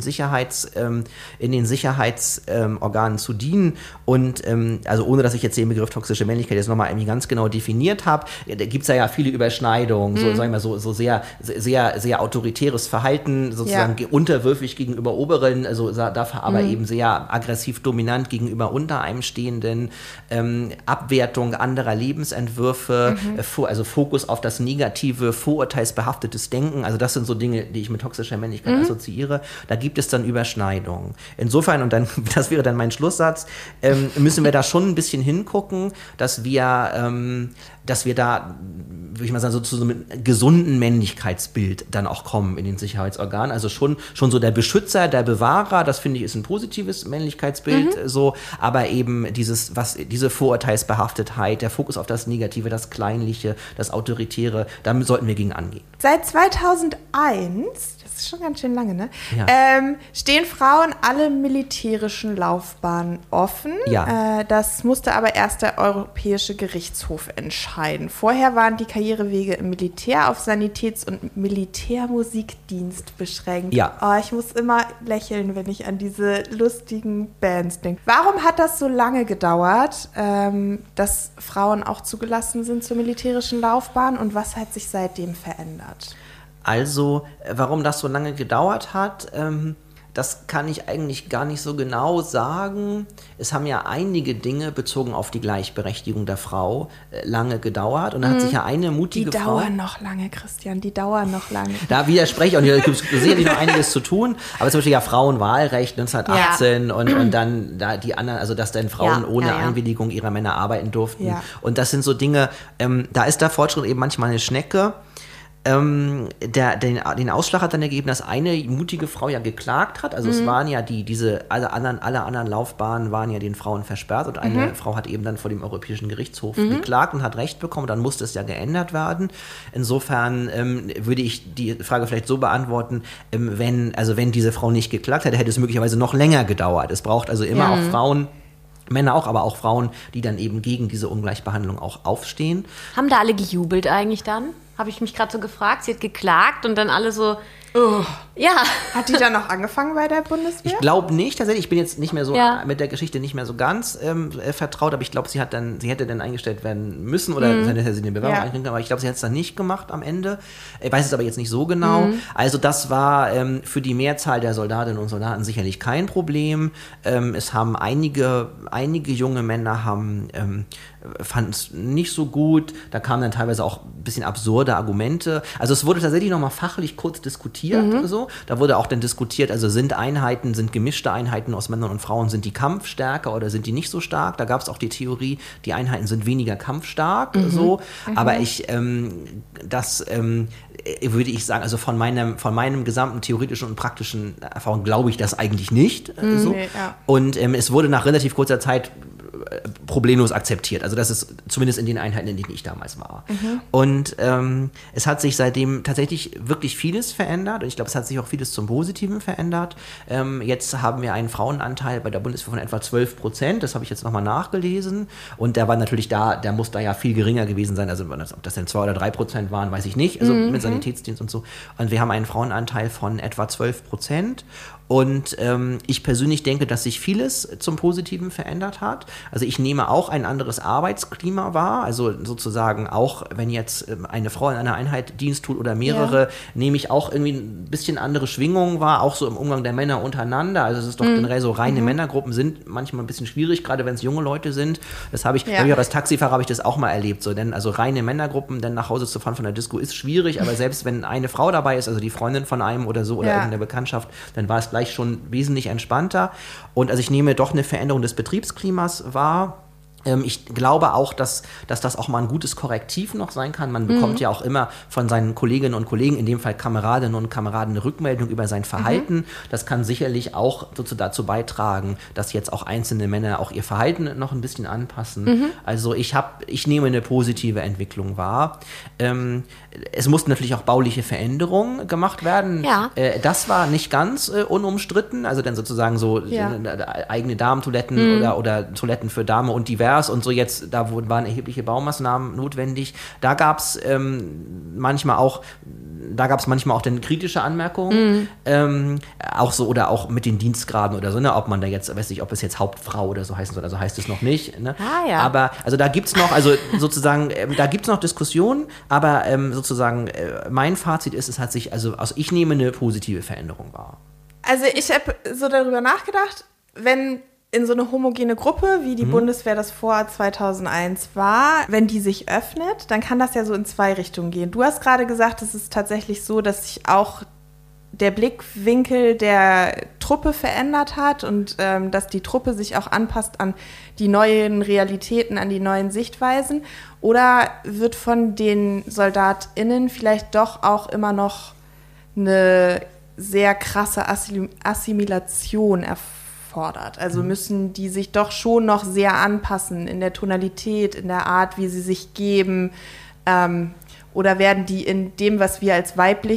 Sicherheitsorganen zu dienen. Und also ohne, dass ich jetzt den Begriff toxische Männlichkeit jetzt nochmal irgendwie ganz genau definiert habe, da gibt es ja viele Überschneidungen, so sehr, sehr, sehr autoritäres Verhalten, sozusagen unterwürfig gegenüber Oberen, also dafür aber eben sehr aggressiv dominant gegenüber unter einem Stehenden, Abwertung anderer Lebensentwürfe, also Fokus auf das negative, vorurteilsbehaftetes Denken, also das sind so Dinge, die ich mit toxischer Männlichkeit assoziiere. Da gibt es dann Überschneidungen. Insofern, und dann, das wäre dann mein Schlusssatz, müssen wir da schon ein bisschen hingucken, dass wir da, würde ich mal sagen, so zu so einem gesunden Männlichkeitsbild dann auch kommen in den Sicherheitsorganen. Also schon so der Beschützer, der Bewahrer, das finde ich ist ein positives Männlichkeitsbild, aber eben diese Vorurteilsbehaftetheit, der Fokus auf das Negative, das Kleinliche, das Autoritäre, damit sollten wir gegen angehen. Seit 2001, das ist schon ganz schön lange, ne? Ja. Stehen Frauen alle militärischen Laufbahnen offen. Ja. Das musste aber erst der Europäische Gerichtshof entscheiden. unterscheiden. Vorher waren die Karrierewege im Militär auf Sanitäts- und Militärmusikdienst beschränkt. Ja. Oh, ich muss immer lächeln, wenn ich an diese lustigen Bands denke. Warum hat das so lange gedauert, dass Frauen auch zugelassen sind zur militärischen Laufbahn und was hat sich seitdem verändert? Also, warum das so lange gedauert hat, das kann ich eigentlich gar nicht so genau sagen. Es haben ja einige Dinge bezogen auf die Gleichberechtigung der Frau lange gedauert. Und da hat sich ja eine mutige Die Frau... dauern noch lange, Christian, die dauern noch lange. Da widerspreche ich auch nicht. Es gibt sicherlich noch einiges zu tun. Aber zum Beispiel ja Frauenwahlrecht 1918 und dann da die anderen, also dass dann Frauen ohne Einwilligung ihrer Männer arbeiten durften. Ja. Und das sind so Dinge, da ist der Fortschritt eben manchmal eine Schnecke. Den Ausschlag hat dann ergeben, dass eine mutige Frau ja geklagt hat. Also es waren ja alle anderen Laufbahnen waren ja den Frauen versperrt und eine Frau hat eben dann vor dem Europäischen Gerichtshof geklagt und hat Recht bekommen. Dann musste es ja geändert werden. Insofern würde ich die Frage vielleicht so beantworten, wenn diese Frau nicht geklagt hätte, hätte es möglicherweise noch länger gedauert. Es braucht also immer auch Frauen, Männer auch, aber auch Frauen, die dann eben gegen diese Ungleichbehandlung auch aufstehen. Haben da alle gejubelt eigentlich dann? Habe ich mich gerade so gefragt. Sie hat geklagt und dann alle so... Ja. Hat die dann noch angefangen bei der Bundeswehr? Ich glaube nicht, tatsächlich. Ich bin jetzt nicht mehr so mit der Geschichte nicht mehr so ganz vertraut, aber ich glaube, sie hätte dann eingestellt werden müssen oder dann hätte sie den Bewerbung einkriegen können, aber ich glaube, sie hat es dann nicht gemacht am Ende. Ich weiß es aber jetzt nicht so genau. Also das war für die Mehrzahl der Soldatinnen und Soldaten sicherlich kein Problem. Es haben einige junge Männer fanden es nicht so gut. Da kamen dann teilweise auch ein bisschen absurde Argumente. Also es wurde tatsächlich nochmal fachlich kurz diskutiert. So. Da wurde auch dann diskutiert, also sind gemischte Einheiten aus Männern und Frauen, sind die kampfstärker oder sind die nicht so stark? Da gab es auch die Theorie, die Einheiten sind weniger kampfstark. So. Aber würde ich sagen, also von meinem gesamten theoretischen und praktischen Erfahrung glaube ich das eigentlich nicht. So. Nee, ja. Und es wurde nach relativ kurzer Zeit problemlos akzeptiert. Also das ist zumindest in den Einheiten, in denen ich damals war. Und es hat sich seitdem tatsächlich wirklich vieles verändert und ich glaube, es hat sich auch vieles zum Positiven verändert. Jetzt haben wir einen Frauenanteil bei der Bundeswehr von etwa 12%. Das habe ich jetzt nochmal nachgelesen. Und der war natürlich der muss da ja viel geringer gewesen sein. Also ob das denn 2 oder 3% waren, weiß ich nicht. Also mit Sanitätsdienst und so. Und wir haben einen Frauenanteil von etwa 12%. Und ich persönlich denke, dass sich vieles zum Positiven verändert hat. Also ich nehme auch ein anderes Arbeitsklima wahr. Also sozusagen auch, wenn jetzt eine Frau in einer Einheit Dienst tut oder mehrere, nehme ich auch irgendwie ein bisschen andere Schwingungen wahr, auch so im Umgang der Männer untereinander. Also es ist doch generell so, reine Männergruppen sind manchmal ein bisschen schwierig, gerade wenn es junge Leute sind. Das habe ich, als Taxifahrer habe ich das auch mal erlebt. So, denn also reine Männergruppen, dann nach Hause zu fahren von der Disco ist schwierig, aber selbst wenn eine Frau dabei ist, also die Freundin von einem oder so oder irgendeine Bekanntschaft, dann war es gleich schon wesentlich entspannter. Und also ich nehme doch eine Veränderung des Betriebsklimas wahr. Ich glaube auch, dass das auch mal ein gutes Korrektiv noch sein kann. Man bekommt ja auch immer von seinen Kolleginnen und Kollegen, in dem Fall Kameradinnen und Kameraden, eine Rückmeldung über sein Verhalten. Das kann sicherlich auch dazu beitragen, dass jetzt auch einzelne Männer auch ihr Verhalten noch ein bisschen anpassen. Also ich nehme eine positive Entwicklung wahr. Es mussten natürlich auch bauliche Veränderungen gemacht werden. Ja. Das war nicht ganz unumstritten. Also dann sozusagen so eigene Damentoiletten oder Toiletten für Dame und divers und so jetzt, waren erhebliche Baumaßnahmen notwendig. Da gab es manchmal auch dann kritische Anmerkungen, auch so oder auch mit den Dienstgraden oder so, ne, ob man da jetzt, weiß nicht, ob es jetzt Hauptfrau oder so heißen soll, also heißt es noch nicht. Ne? Aber also da gibt's noch, also sozusagen, da gibt's noch Diskussionen, aber sozusagen mein Fazit ist, ich nehme eine positive Veränderung wahr. Also ich habe so darüber nachgedacht, wenn in so eine homogene Gruppe, wie die Bundeswehr das vor 2001 war, wenn die sich öffnet, dann kann das ja so in 2 Richtungen gehen. Du hast gerade gesagt, es ist tatsächlich so, dass sich auch der Blickwinkel der Truppe verändert hat und dass die Truppe sich auch anpasst an die neuen Realitäten, an die neuen Sichtweisen. Oder wird von den SoldatInnen vielleicht doch auch immer noch eine sehr krasse Assimilation erfordert? Also müssen die sich doch schon noch sehr anpassen in der Tonalität, in der Art, wie sie sich geben? Oder werden die in dem, was wir als weiblich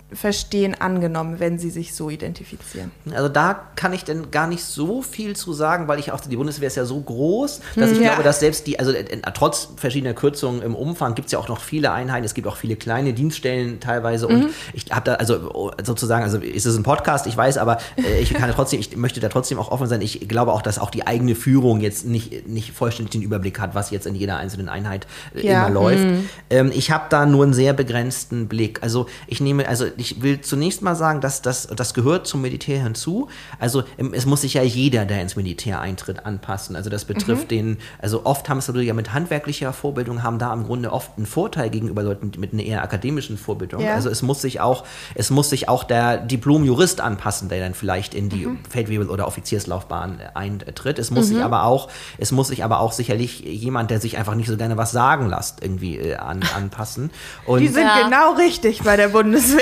verstehen, angenommen, wenn sie sich so identifizieren? Also da kann ich denn gar nicht so viel zu sagen, weil die Bundeswehr ist ja so groß, dass ich glaube, dass selbst trotz verschiedener Kürzungen im Umfang gibt es ja auch noch viele Einheiten, es gibt auch viele kleine Dienststellen teilweise und ich habe da, also sozusagen, also ist es ein Podcast, ich weiß, aber ich möchte da trotzdem auch offen sein, ich glaube auch, dass auch die eigene Führung jetzt nicht vollständig den Überblick hat, was jetzt in jeder einzelnen Einheit immer läuft. Ich habe da nur einen sehr begrenzten Blick, also ich will zunächst mal sagen, dass das gehört zum Militär hinzu. Also es muss sich ja jeder, der ins Militär eintritt, anpassen. Also das betrifft oft haben es ja mit handwerklicher Vorbildung, haben da im Grunde oft einen Vorteil gegenüber Leuten mit einer eher akademischen Vorbildung. Ja. Also es muss sich auch der Diplom-Jurist anpassen, der dann vielleicht in die Feldwebel- oder Offizierslaufbahn eintritt. Es muss sich aber auch sicherlich jemand, der sich einfach nicht so gerne was sagen lässt, irgendwie anpassen. Und die sind genau richtig bei der Bundeswehr.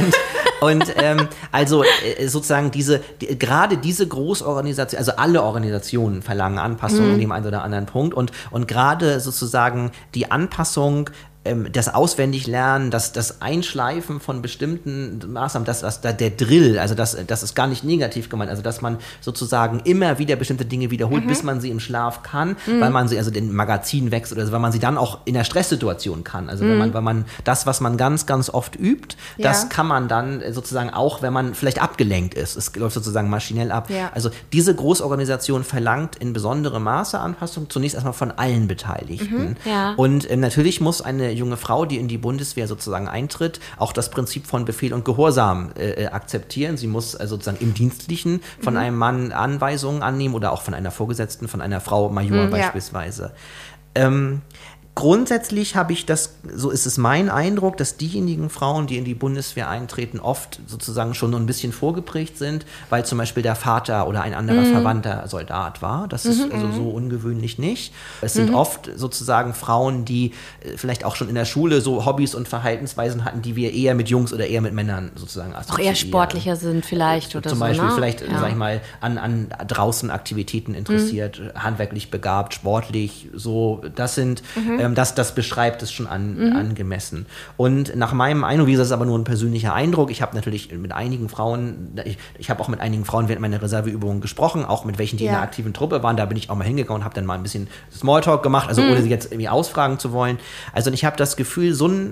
Sozusagen gerade diese Großorganisation, also alle Organisationen verlangen Anpassungen in dem einen oder anderen Punkt und gerade sozusagen die Anpassung, das Auswendiglernen, das Einschleifen von bestimmten Maßnahmen, der Drill, also das ist gar nicht negativ gemeint, also dass man sozusagen immer wieder bestimmte Dinge wiederholt, bis man sie im Schlaf kann, weil man sie, also den Magazin wechselt, also weil man sie dann auch in der Stresssituation kann, also wenn man das, was man ganz, ganz oft übt, das kann man dann sozusagen auch, wenn man vielleicht abgelenkt ist, es läuft sozusagen maschinell ab. Ja. Also diese Großorganisation verlangt in besonderem Maße Anpassung, zunächst erstmal von allen Beteiligten. Und natürlich muss eine junge Frau, die in die Bundeswehr sozusagen eintritt, auch das Prinzip von Befehl und Gehorsam akzeptieren. Sie muss sozusagen im Dienstlichen von einem Mann Anweisungen annehmen oder auch von einer Vorgesetzten, von einer Frau Major beispielsweise. Grundsätzlich so ist es mein Eindruck, dass diejenigen Frauen, die in die Bundeswehr eintreten, oft sozusagen schon ein bisschen vorgeprägt sind, weil zum Beispiel der Vater oder ein anderer Verwandter Soldat war. Das ist also so ungewöhnlich nicht. Es sind oft sozusagen Frauen, die vielleicht auch schon in der Schule so Hobbys und Verhaltensweisen hatten, die wir eher mit Jungs oder eher mit Männern sozusagen assoziieren. Auch eher sportlicher sind vielleicht oder zum so. Beispiel vielleicht, sag ich mal, an draußen Aktivitäten interessiert, handwerklich begabt, sportlich, so. Das sind das beschreibt es schon angemessen. Und nach meinem Eindruck, wie gesagt, das ist aber nur ein persönlicher Eindruck, ich habe natürlich mit einigen Frauen, ich habe auch mit einigen Frauen während meiner Reserveübungen gesprochen, auch mit welchen, die in der aktiven Truppe waren, da bin ich auch mal hingegangen und habe dann mal ein bisschen Smalltalk gemacht, also ohne sie jetzt irgendwie ausfragen zu wollen. Also ich habe das Gefühl,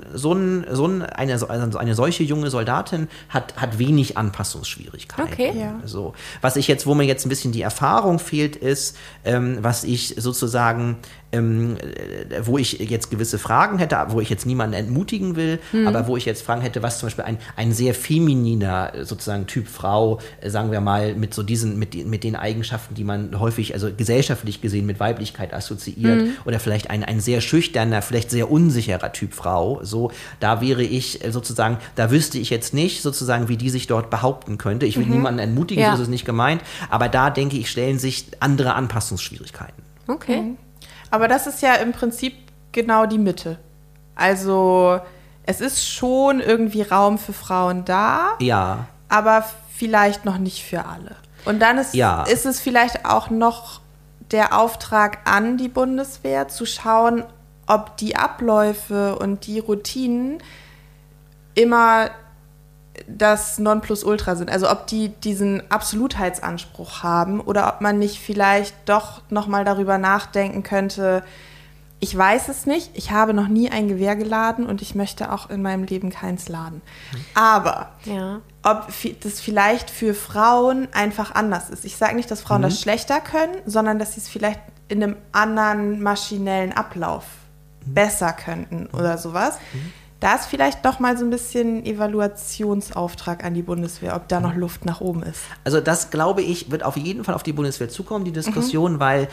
eine solche junge Soldatin hat wenig Anpassungsschwierigkeiten. Okay. Ja. Also, wo mir jetzt ein bisschen die Erfahrung fehlt, ist, was ich sozusagen wo ich jetzt gewisse Fragen hätte, wo ich jetzt niemanden entmutigen will, aber wo ich jetzt Fragen hätte, was zum Beispiel ein sehr femininer sozusagen Typ Frau, sagen wir mal, mit so mit den Eigenschaften, die man häufig, also gesellschaftlich gesehen mit Weiblichkeit assoziiert, oder vielleicht ein sehr schüchterner, vielleicht sehr unsicherer Typ Frau, so, da wäre ich sozusagen, da wüsste ich jetzt nicht sozusagen, wie die sich dort behaupten könnte. Ich will niemanden entmutigen, so ist es nicht gemeint, aber da denke ich, stellen sich andere Anpassungsschwierigkeiten. Okay. Aber das ist ja im Prinzip genau die Mitte. Also es ist schon irgendwie Raum für Frauen da, aber vielleicht noch nicht für alle. Und dann ist es vielleicht auch noch der Auftrag an die Bundeswehr, zu schauen, ob die Abläufe und die Routinen immer das Nonplusultra sind. Also ob die diesen Absolutheitsanspruch haben oder ob man nicht vielleicht doch nochmal darüber nachdenken könnte, ich weiß es nicht, ich habe noch nie ein Gewehr geladen und ich möchte auch in meinem Leben keins laden. Aber ob das vielleicht für Frauen einfach anders ist. Ich sage nicht, dass Frauen das schlechter können, sondern dass sie es vielleicht in einem anderen maschinellen Ablauf besser könnten oder sowas. Da ist vielleicht doch mal so ein bisschen Evaluationsauftrag an die Bundeswehr, ob da noch Luft nach oben ist. Also das, glaube ich, wird auf jeden Fall auf die Bundeswehr zukommen, die Diskussion, weil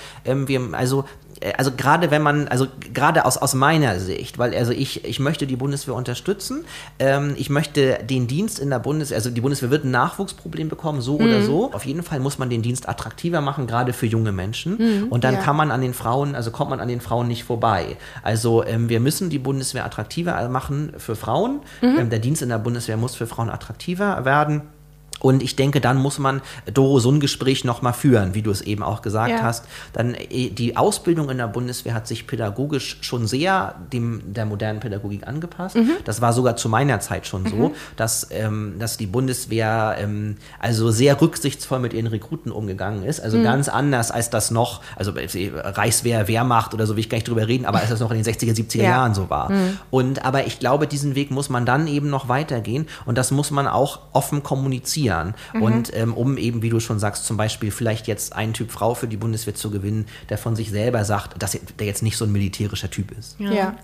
gerade aus meiner Sicht, weil also ich möchte die Bundeswehr unterstützen, ich möchte den Dienst in der Bundeswehr, also die Bundeswehr wird ein Nachwuchsproblem bekommen, so oder so. Auf jeden Fall muss man den Dienst attraktiver machen, gerade für junge Menschen. Und dann kommt man an den Frauen nicht vorbei. Also wir müssen die Bundeswehr attraktiver machen für Frauen. Der Dienst in der Bundeswehr muss für Frauen attraktiver werden. Und ich denke, dann muss man, Doro, so ein Gespräch nochmal führen, wie du es eben auch gesagt hast. Dann die Ausbildung in der Bundeswehr hat sich pädagogisch schon sehr der modernen Pädagogik angepasst. Das war sogar zu meiner Zeit schon so, dass die Bundeswehr also sehr rücksichtsvoll mit ihren Rekruten umgegangen ist. Also ganz anders als das noch, also Reichswehr, Wehrmacht oder so will ich gar nicht drüber reden, aber als das noch in den 60er, 70er Jahren so war. Aber ich glaube, diesen Weg muss man dann eben noch weitergehen und das muss man auch offen kommunizieren. Und um eben, wie du schon sagst, zum Beispiel vielleicht jetzt einen Typ Frau für die Bundeswehr zu gewinnen, der von sich selber sagt, dass der jetzt nicht so ein militärischer Typ ist. Ja.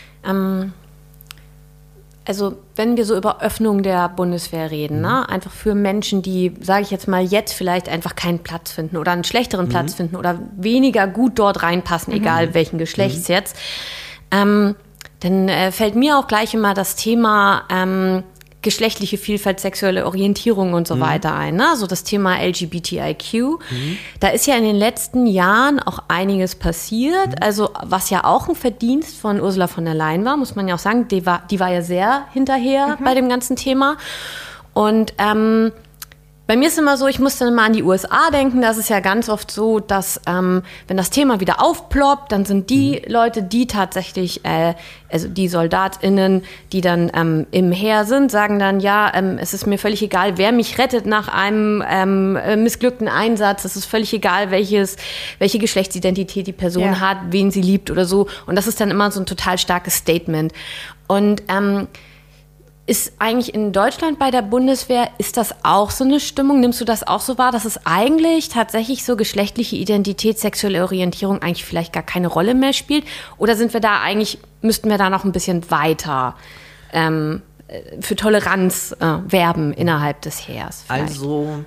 Also wenn wir so über Öffnung der Bundeswehr reden, ne? Einfach für Menschen, die, sage ich jetzt mal, jetzt vielleicht einfach keinen Platz finden oder einen schlechteren Platz finden oder weniger gut dort reinpassen, egal welchen Geschlechts jetzt, dann fällt mir auch gleich immer das Thema geschlechtliche Vielfalt, sexuelle Orientierung und so weiter ein. Ne? So das Thema LGBTIQ. Da ist ja in den letzten Jahren auch einiges passiert. Also was ja auch ein Verdienst von Ursula von der Leyen war, muss man ja auch sagen. Die war ja sehr hinterher bei dem ganzen Thema. Und bei mir ist immer so, ich muss dann immer an die USA denken. Das ist ja ganz oft so, dass wenn das Thema wieder aufploppt, dann sind die Leute, die tatsächlich, also die SoldatInnen, die dann im Heer sind, sagen dann, ja, es ist mir völlig egal, wer mich rettet nach einem missglückten Einsatz. Es ist völlig egal, welche Geschlechtsidentität die Person hat, wen sie liebt oder so. Und das ist dann immer so ein total starkes Statement. Und ist eigentlich in Deutschland bei der Bundeswehr, ist das auch so eine Stimmung? Nimmst du das auch so wahr, dass es eigentlich tatsächlich so geschlechtliche Identität, sexuelle Orientierung eigentlich vielleicht gar keine Rolle mehr spielt? Oder müssten wir da noch ein bisschen weiter für Toleranz werben innerhalb des Heers? Vielleicht? Also,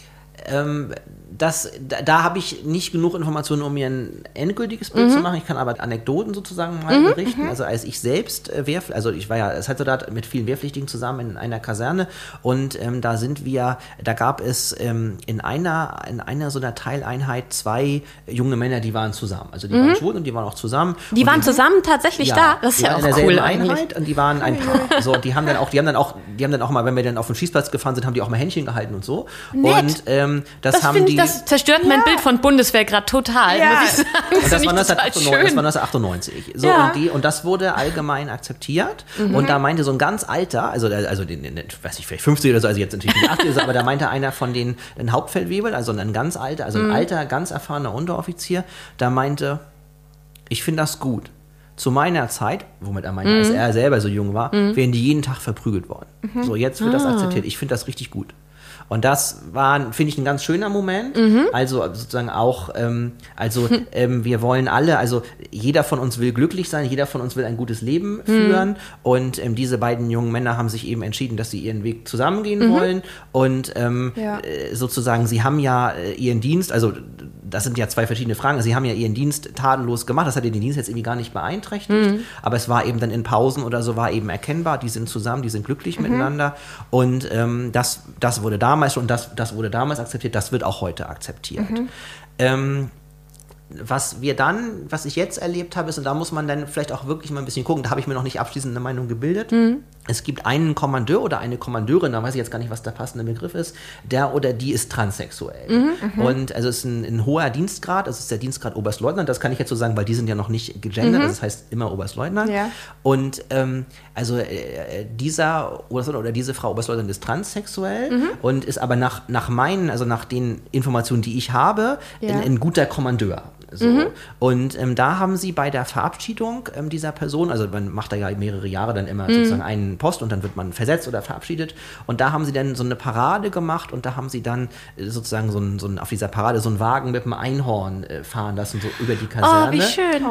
da habe ich nicht genug Informationen, um mir ein endgültiges Bild zu machen. Ich kann aber Anekdoten sozusagen mal berichten. Also als ich selbst ich war ja als Soldat mit vielen Wehrpflichtigen zusammen in einer Kaserne und da gab es in einer so einer Teileinheit 2 junge Männer, die waren zusammen. Also die waren schwul und die waren auch zusammen. Die waren zusammen tatsächlich da? Das ist ja auch cool. In derselben Einheit und die waren ein Paar. So, die haben dann auch mal, wenn wir dann auf den Schießplatz gefahren sind, haben die auch mal Händchen gehalten und so. Nett. Und das zerstört mein Bild von Bundeswehr gerade total, muss ich sagen. Und das war 1998. So, und das wurde allgemein akzeptiert. Und da meinte so ein ganz alter, also weiß ich, vielleicht 50 oder so, also jetzt natürlich nicht 80, aber da meinte einer von den Hauptfeldwebel, also ein ganz alter, ein alter, ganz erfahrener Unteroffizier, da meinte, ich finde das gut. Zu meiner Zeit, womit er meinte, als er selber so jung war, wären die jeden Tag verprügelt worden. So, jetzt wird das akzeptiert. Ich finde das richtig gut. Und das war, finde ich, ein ganz schöner Moment. Also sozusagen auch, wir wollen alle, also jeder von uns will glücklich sein, jeder von uns will ein gutes Leben führen. Und diese beiden jungen Männer haben sich eben entschieden, dass sie ihren Weg zusammengehen wollen. Und sozusagen, sie haben ja ihren Dienst, also das sind ja 2 verschiedene Fragen. Sie haben ja ihren Dienst tadellos gemacht. Das hat ja den Dienst jetzt irgendwie gar nicht beeinträchtigt. Aber es war eben dann in Pausen oder so war eben erkennbar, die sind zusammen, die sind glücklich miteinander. Und das wurde damals schon, das wurde damals akzeptiert, das wird auch heute akzeptiert. Was ich jetzt erlebt habe, ist, und da muss man dann vielleicht auch wirklich mal ein bisschen gucken, da habe ich mir noch nicht abschließend eine Meinung gebildet. Es gibt einen Kommandeur oder eine Kommandeurin, da weiß ich jetzt gar nicht, was der passende Begriff ist, der oder die ist transsexuell. Und also es ist ein hoher Dienstgrad, es ist der Dienstgrad Oberstleutnant, das kann ich jetzt so sagen, weil die sind ja noch nicht gegendert, das heißt immer Oberstleutnant. Ja. Und dieser Oberstleutnant oder diese Frau Oberstleutnant ist transsexuell und ist aber nach den Informationen, die ich habe, ein guter Kommandeur. So. Und da haben sie bei der Verabschiedung dieser Person, also man macht da ja mehrere Jahre dann immer sozusagen einen Post und dann wird man versetzt oder verabschiedet und da haben sie dann so eine Parade gemacht und da haben sie dann sozusagen auf dieser Parade so einen Wagen mit einem Einhorn fahren lassen, so über die Kaserne. Oh, wie schön.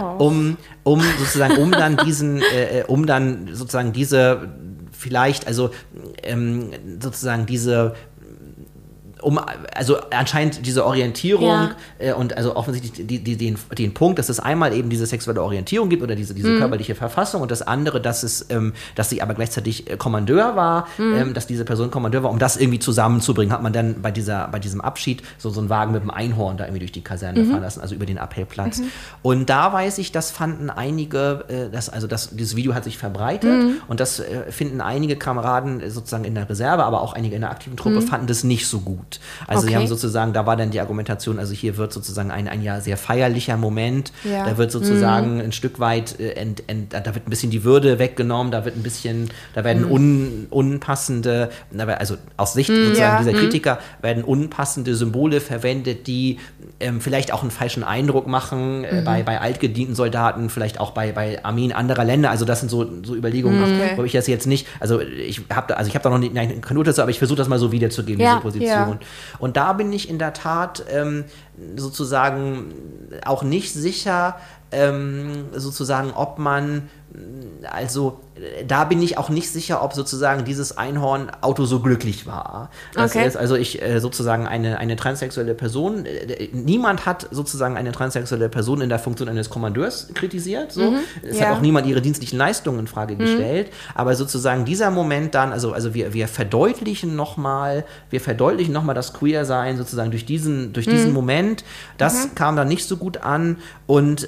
Um dann diese vielleicht, also sozusagen diese also anscheinend diese Orientierung und also offensichtlich den Punkt, dass es einmal eben diese sexuelle Orientierung gibt oder diese körperliche Verfassung und das andere, dass sie aber gleichzeitig Kommandeur war, dass diese Person Kommandeur war, um das irgendwie zusammenzubringen, hat man dann bei diesem Abschied so einen Wagen mit dem Einhorn da irgendwie durch die Kaserne fahren lassen, also über den Appellplatz. Und da weiß ich, das fanden einige, dieses Video hat sich verbreitet und das finden einige Kameraden sozusagen in der Reserve, aber auch einige in der aktiven Truppe fanden das nicht so gut. Also sie haben sozusagen, da war dann die Argumentation, also hier wird sozusagen ein ja sehr feierlicher Moment, da wird sozusagen ein Stück weit, da wird ein bisschen die Würde weggenommen, da werden unpassende, also aus Sicht sozusagen dieser Kritiker, werden unpassende Symbole verwendet, die vielleicht auch einen falschen Eindruck machen bei altgedienten Soldaten, vielleicht auch bei Armeen anderer Länder, also das sind so Überlegungen, wo ich das jetzt nicht, also ich habe da noch nicht, nein, keine Urteil, aber ich versuche das mal so wiederzugeben, diese Position. Ja. Und da bin ich in der Tat sozusagen auch nicht sicher, sozusagen, ob man, also da bin ich auch nicht sicher, ob sozusagen dieses Einhorn-Auto so glücklich war. Das ist also sozusagen eine transsexuelle Person, niemand hat sozusagen eine transsexuelle Person in der Funktion eines Kommandeurs kritisiert, so. Es hat auch niemand ihre dienstlichen Leistungen in Frage gestellt, aber sozusagen dieser Moment dann, also wir verdeutlichen nochmal das Queer-Sein sozusagen durch diesen Moment, das kam dann nicht so gut an und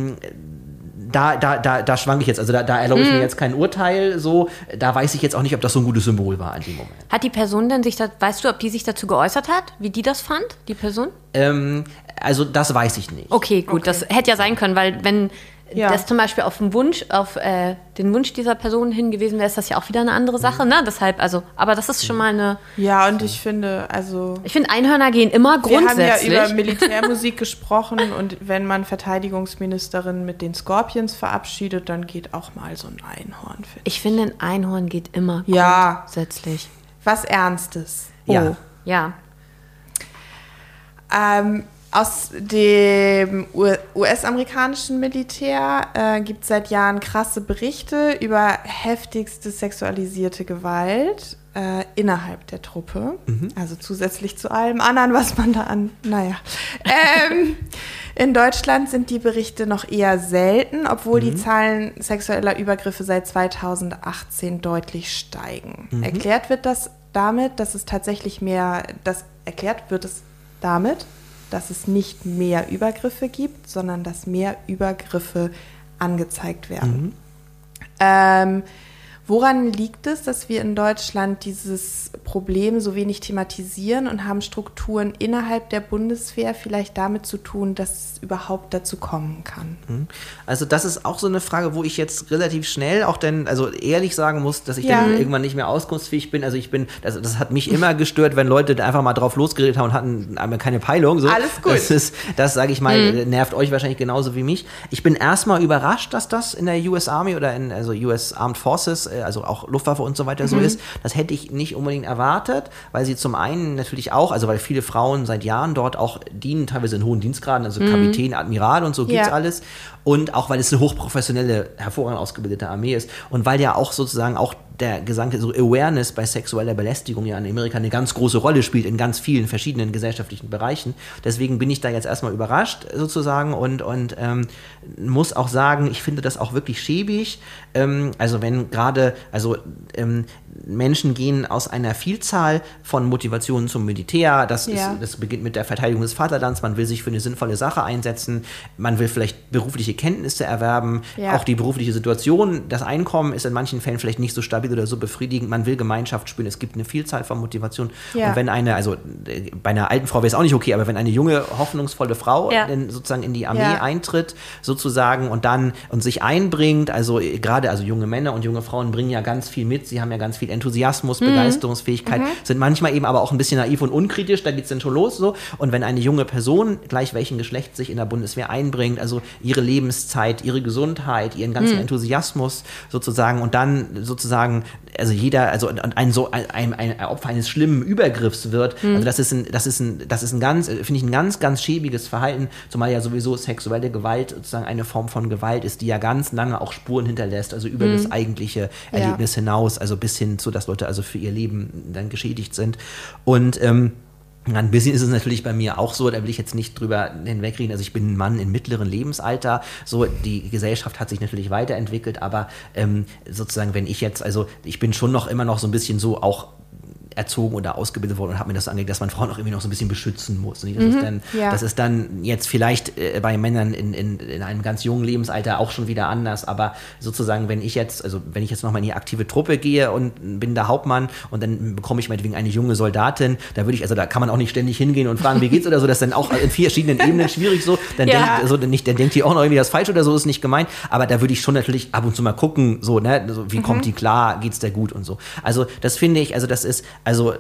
da schwanke ich jetzt, also da erlaube ich mir jetzt kein Urteil, so, da weiß ich jetzt auch nicht, ob das so ein gutes Symbol war in dem Moment. Hat die Person denn weißt du, ob die sich dazu geäußert hat, wie die das fand, die Person? Also das weiß ich nicht. Okay, gut, das hätte ja sein können, weil wenn das zum Beispiel auf den Wunsch dieser Person hingewiesen wäre, ist das ja auch wieder eine andere Sache, ne? Deshalb, also, aber das ist schon mal eine... Ja, und ich finde, Einhörner gehen immer grundsätzlich... Wir haben ja über Militärmusik gesprochen und wenn man Verteidigungsministerin mit den Scorpions verabschiedet, dann geht auch mal so ein Einhorn. Ich finde, ein Einhorn geht immer grundsätzlich. Was Ernstes. Oh. Ja. Aus dem US-amerikanischen Militär gibt es seit Jahren krasse Berichte über heftigste sexualisierte Gewalt innerhalb der Truppe. Also zusätzlich zu allem anderen, was man da in Deutschland sind die Berichte noch eher selten, obwohl die Zahlen sexueller Übergriffe seit 2018 deutlich steigen. Erklärt wird es damit, dass es nicht mehr Übergriffe gibt, sondern dass mehr Übergriffe angezeigt werden. Woran liegt es, dass wir in Deutschland dieses Problem so wenig thematisieren und haben Strukturen innerhalb der Bundeswehr vielleicht damit zu tun, dass es überhaupt dazu kommen kann? Also das ist auch so eine Frage, wo ich jetzt relativ schnell auch ehrlich sagen muss, dass ich dann irgendwann nicht mehr auskunftsfähig bin. Also das hat mich immer gestört, wenn Leute da einfach mal drauf losgeredet haben und hatten einmal keine Peilung. So. Alles gut. Das sage ich mal, nervt euch wahrscheinlich genauso wie mich. Ich bin erstmal überrascht, dass das in der US Army oder in US Armed Forces, also auch Luftwaffe und so weiter so ist. Das hätte ich nicht unbedingt erwartet, weil sie zum einen natürlich auch, also weil viele Frauen seit Jahren dort auch dienen, teilweise in hohen Dienstgraden, also Kapitän, Admiral und so gibt's alles. Und auch, weil es eine hochprofessionelle, hervorragend ausgebildete Armee ist und weil ja auch sozusagen auch der gesamte Awareness bei sexueller Belästigung ja in Amerika eine ganz große Rolle spielt in ganz vielen verschiedenen gesellschaftlichen Bereichen. Deswegen bin ich da jetzt erstmal überrascht sozusagen und muss auch sagen, ich finde das auch wirklich schäbig. Also wenn gerade, Menschen gehen aus einer Vielzahl von Motivationen zum Militär. Das beginnt mit der Verteidigung des Vaterlands. Man will sich für eine sinnvolle Sache einsetzen. Man will vielleicht berufliche Kenntnisse erwerben. Ja. Auch die berufliche Situation, das Einkommen ist in manchen Fällen vielleicht nicht so stabil oder so befriedigend. Man will Gemeinschaft spüren. Es gibt eine Vielzahl von Motivationen. Ja. Und wenn bei einer alten Frau wäre es auch nicht okay, aber wenn eine junge, hoffnungsvolle Frau sozusagen in die Armee eintritt, sozusagen, und sich einbringt, also junge Männer und junge Frauen bringen ja ganz viel mit. Sie haben ja ganz viel Enthusiasmus, Begeisterungsfähigkeit, sind manchmal eben aber auch ein bisschen naiv und unkritisch, da geht es dann schon los so. Und wenn eine junge Person, gleich welchen Geschlecht, sich in der Bundeswehr einbringt, also ihre Lebenszeit, ihre Gesundheit, ihren ganzen Enthusiasmus sozusagen und dann sozusagen, also ein Opfer eines schlimmen Übergriffs wird, also das ist ein ganz, finde ich, ein ganz, ganz schäbiges Verhalten, zumal ja sowieso sexuelle Gewalt sozusagen eine Form von Gewalt ist, die ja ganz lange auch Spuren hinterlässt, also über das eigentliche Erlebnis hinaus, also bis hin zu, dass Leute also für ihr Leben dann geschädigt sind. Und Ein bisschen ist es natürlich bei mir auch so, da will ich jetzt nicht drüber hinwegreden. Also ich bin ein Mann im mittleren Lebensalter. So, die Gesellschaft hat sich natürlich weiterentwickelt, aber sozusagen, wenn ich jetzt, also ich bin schon immer noch so ein bisschen so auch erzogen oder ausgebildet worden und habe mir das angelegt, dass man Frauen auch irgendwie noch so ein bisschen beschützen muss. Das ist dann jetzt vielleicht bei Männern in einem ganz jungen Lebensalter auch schon wieder anders, aber sozusagen, wenn ich jetzt nochmal in die aktive Truppe gehe und bin der Hauptmann und dann bekomme ich meinetwegen eine junge Soldatin, da kann man auch nicht ständig hingehen und fragen, wie geht's oder so, das ist dann auch in 4 verschiedenen Ebenen schwierig so, dann denkt die auch noch irgendwie das falsch oder so, ist nicht gemeint, aber da würde ich schon natürlich ab und zu mal gucken, so, ne, so, wie kommt die klar, geht's der gut und so. Also das finde ich, also das ist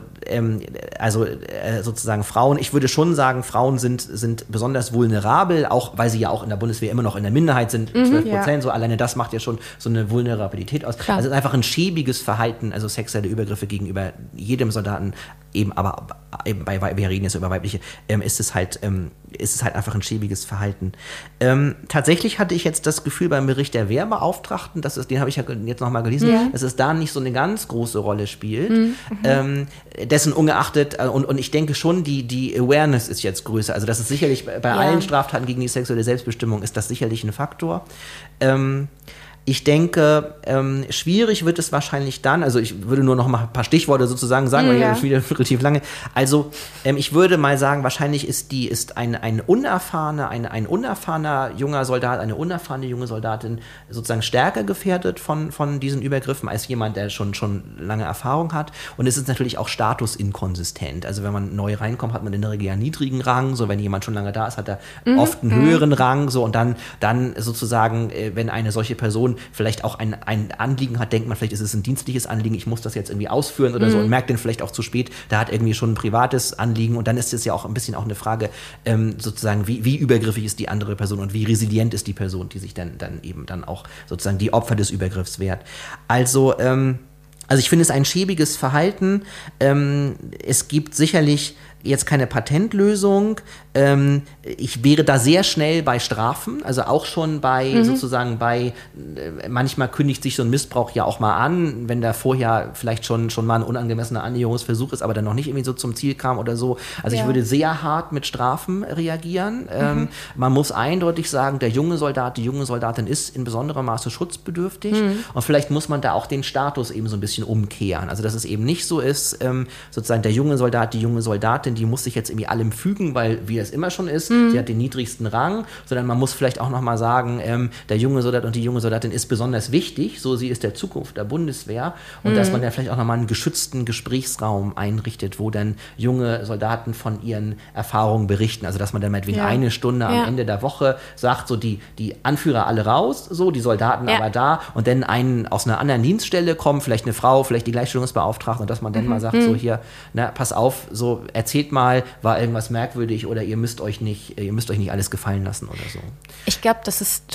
sozusagen Frauen, ich würde schon sagen, Frauen sind besonders vulnerabel, auch weil sie ja auch in der Bundeswehr immer noch in der Minderheit sind, 12%, so alleine das macht ja schon so eine Vulnerabilität aus. Klar. Also es ist einfach ein schäbiges Verhalten, also sexuelle Übergriffe gegenüber jedem Soldaten, wir reden jetzt über weibliche, ist es halt einfach ein schäbiges Verhalten. Tatsächlich hatte ich jetzt das Gefühl beim Bericht der Wehrbeauftragten, den habe ich ja jetzt nochmal gelesen, dass es da nicht so eine ganz große Rolle spielt. Dessen ungeachtet, und ich denke schon, die Awareness ist jetzt größer. Also das ist sicherlich bei allen Straftaten gegen die sexuelle Selbstbestimmung ist das sicherlich ein Faktor. Ich denke, schwierig wird es wahrscheinlich dann, also ich würde nur noch mal ein paar Stichworte sozusagen sagen, weil ich wieder relativ lange, also ich würde mal sagen, wahrscheinlich ist ein unerfahrener junger Soldat, eine unerfahrene junge Soldatin sozusagen stärker gefährdet von diesen Übergriffen als jemand, der schon lange Erfahrung hat, und es ist natürlich auch statusinkonsistent, also wenn man neu reinkommt, hat man in der Regel einen niedrigen Rang, so wenn jemand schon lange da ist, hat er oft einen höheren Rang, so, und dann sozusagen, wenn eine solche Person vielleicht auch ein Anliegen hat, denkt man, vielleicht ist es ein dienstliches Anliegen, ich muss das jetzt irgendwie ausführen oder so, und merkt dann vielleicht auch zu spät, da hat irgendwie schon ein privates Anliegen, und dann ist es ja auch ein bisschen auch eine Frage, sozusagen, wie übergriffig ist die andere Person und wie resilient ist die Person, die sich dann eben dann auch sozusagen die Opfer des Übergriffs wehrt. Also ich finde es ein schäbiges Verhalten. Es gibt sicherlich jetzt keine Patentlösung. Ich wäre da sehr schnell bei Strafen, also auch schon manchmal kündigt sich so ein Missbrauch ja auch mal an, wenn da vorher vielleicht schon mal ein unangemessener Annäherungsversuch ist, aber dann noch nicht irgendwie so zum Ziel kam oder so. Also ich würde sehr hart mit Strafen reagieren. Man muss eindeutig sagen, der junge Soldat, die junge Soldatin ist in besonderem Maße schutzbedürftig, und vielleicht muss man da auch den Status eben so ein bisschen umkehren. Also dass es eben nicht so ist, sozusagen der junge Soldat, die junge Soldatin, die muss sich jetzt irgendwie allem fügen, weil wie es immer schon ist, sie hat den niedrigsten Rang, sondern man muss vielleicht auch nochmal sagen, der junge Soldat und die junge Soldatin ist besonders wichtig, so sie ist der Zukunft der Bundeswehr, und dass man dann vielleicht auch nochmal einen geschützten Gesprächsraum einrichtet, wo dann junge Soldaten von ihren Erfahrungen berichten, also dass man dann meinetwegen eine Stunde am Ende der Woche sagt, so die Anführer alle raus, so die Soldaten aber da, und dann einen aus einer anderen Dienststelle kommen, vielleicht eine Frau, vielleicht die Gleichstellungsbeauftragte, und dass man dann mal sagt, so hier, pass auf, so erzählt mal, war irgendwas merkwürdig oder ihr müsst euch nicht alles gefallen lassen oder so. Ich glaube, das ist,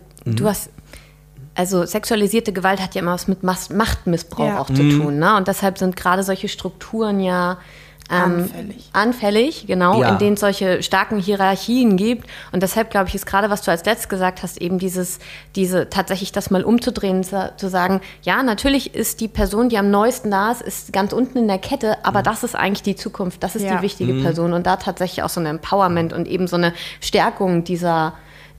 sexualisierte Gewalt hat ja immer was mit Machtmissbrauch auch zu tun, ne? Und deshalb sind gerade solche Strukturen ja anfällig, genau, in denen es solche starken Hierarchien gibt. Und deshalb, glaube ich, ist gerade, was du als letztes gesagt hast, eben tatsächlich das mal umzudrehen, zu sagen, ja, natürlich ist die Person, die am neuesten da ist ganz unten in der Kette, aber das ist eigentlich die Zukunft, das ist die wichtige Person. Und da tatsächlich auch so ein Empowerment und eben so eine Stärkung dieser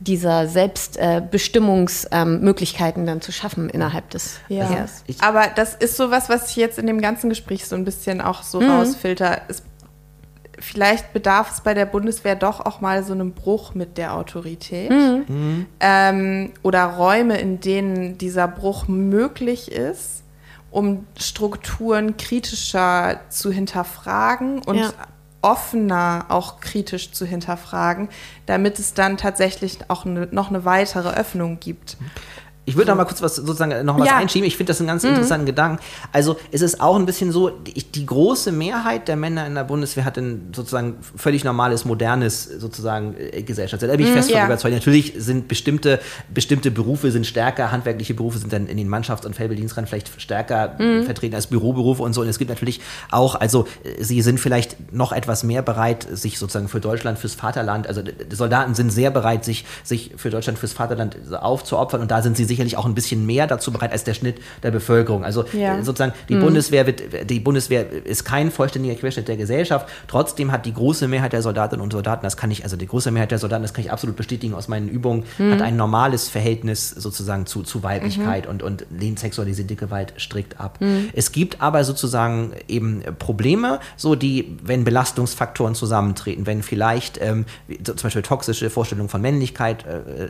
Selbstbestimmungsmöglichkeiten dann zu schaffen innerhalb des Heers. Aber das ist sowas, was ich jetzt in dem ganzen Gespräch so ein bisschen auch so rausfilter. Vielleicht bedarf es bei der Bundeswehr doch auch mal so einem Bruch mit der Autorität. Oder Räume, in denen dieser Bruch möglich ist, um Strukturen kritischer zu hinterfragen und offener auch kritisch zu hinterfragen, damit es dann tatsächlich auch noch eine weitere Öffnung gibt. Ich würde noch mal kurz was einschieben. Ich finde das einen ganz interessanten Gedanken. Also es ist auch ein bisschen so, die große Mehrheit der Männer in der Bundeswehr hat ein sozusagen völlig normales, modernes sozusagen Gesellschaft. Da bin ich fest von überzeugt. Natürlich sind bestimmte Berufe sind stärker, handwerkliche Berufe sind dann in den Mannschafts- und Felddienstreihen vielleicht stärker vertreten als Büroberufe und so. Und es gibt natürlich auch, also sie sind vielleicht noch etwas mehr bereit, sich sozusagen für Deutschland, fürs Vaterland, also die Soldaten sind sehr bereit, sich für Deutschland, fürs Vaterland aufzuopfern, und da sind sie sicherlich sicherlich auch ein bisschen mehr dazu bereit als der Schnitt der Bevölkerung. Also sozusagen die Bundeswehr ist kein vollständiger Querschnitt der Gesellschaft. Trotzdem hat die große Mehrheit der Soldatinnen und Soldaten, das kann ich absolut bestätigen aus meinen Übungen, hat ein normales Verhältnis sozusagen zu Weiblichkeit und lehnt sexualisierte Gewalt strikt ab. Es gibt aber sozusagen eben Probleme, so die, wenn Belastungsfaktoren zusammentreten, wenn vielleicht zum Beispiel toxische Vorstellungen von Männlichkeit,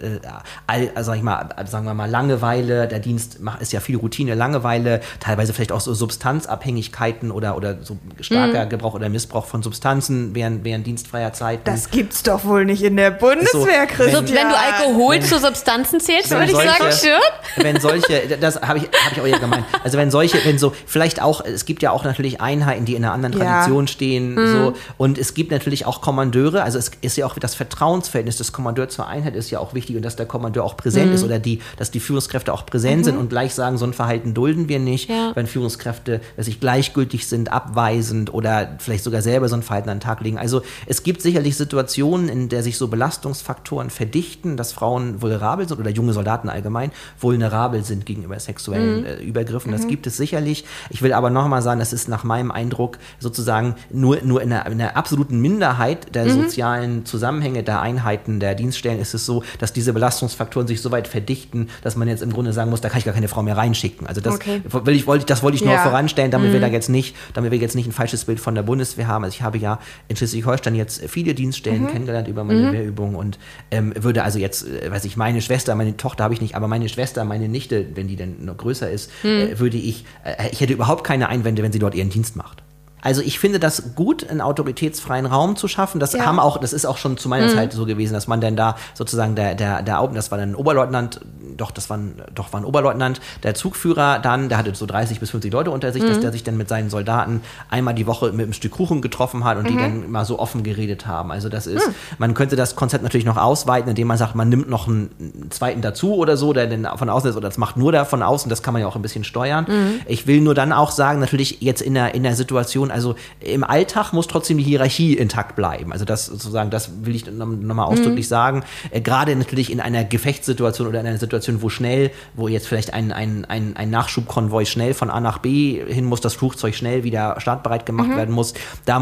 sagen wir mal Langeweile, der Dienst ist ja viel Routine, Langeweile, teilweise vielleicht auch so Substanzabhängigkeiten oder so starker Gebrauch oder Missbrauch von Substanzen während dienstfreier Zeit. Das gibt's doch wohl nicht in der Bundeswehr, Christian. Wenn du Alkohol zu Substanzen zählst, würde ich sagen, schon. Wenn solche, das habe ich auch ja gemeint, also vielleicht auch, es gibt ja auch natürlich Einheiten, die in einer anderen Tradition stehen, so, und es gibt natürlich auch Kommandeure, also es ist ja auch das Vertrauensverhältnis des Kommandeurs zur Einheit ist ja auch wichtig und dass der Kommandeur auch präsent ist oder dass die Führungskräfte auch präsent sind und gleich sagen, so ein Verhalten dulden wir nicht, wenn Führungskräfte gleichgültig sind, abweisend oder vielleicht sogar selber so ein Verhalten an den Tag legen. Also es gibt sicherlich Situationen, in der sich so Belastungsfaktoren verdichten, dass Frauen vulnerabel sind oder junge Soldaten allgemein vulnerabel sind gegenüber sexuellen Übergriffen. Das gibt es sicherlich. Ich will aber nochmal sagen, das ist nach meinem Eindruck sozusagen nur in einer absoluten Minderheit der sozialen Zusammenhänge der Einheiten, der Dienststellen ist es so, dass diese Belastungsfaktoren sich so weit verdichten, dass man jetzt im Grunde sagen muss, da kann ich gar keine Frau mehr reinschicken. Also das wollte ich nur voranstellen, damit wir jetzt nicht ein falsches Bild von der Bundeswehr haben. Also ich habe ja in Schleswig-Holstein jetzt viele Dienststellen kennengelernt über meine Wehrübungen und würde also jetzt, meine Schwester, meine Tochter habe ich nicht, aber meine Schwester, meine Nichte, wenn die denn noch größer ist, ich hätte überhaupt keine Einwände, wenn sie dort ihren Dienst macht. Also ich finde das gut, einen autoritätsfreien Raum zu schaffen. Das ist auch schon zu meiner Zeit so gewesen, dass man dann da sozusagen das war dann ein Oberleutnant, war ein Oberleutnant, der Zugführer dann, der hatte so 30 bis 50 Leute unter sich, dass der sich dann mit seinen Soldaten einmal die Woche mit einem Stück Kuchen getroffen hat und die dann mal so offen geredet haben. Also das ist, man könnte das Konzept natürlich noch ausweiten, indem man sagt, man nimmt noch einen zweiten dazu oder so, der dann von außen ist oder das macht nur der von außen, das kann man ja auch ein bisschen steuern. Ich will nur dann auch sagen, natürlich jetzt in der Situation, also im Alltag muss trotzdem die Hierarchie intakt bleiben. Also das sozusagen, das will ich nochmal ausdrücklich sagen. Gerade natürlich in einer Gefechtssituation oder in einer Situation, wo jetzt vielleicht ein Nachschubkonvoi schnell von A nach B hin muss, das Flugzeug schnell wieder startbereit gemacht werden muss, da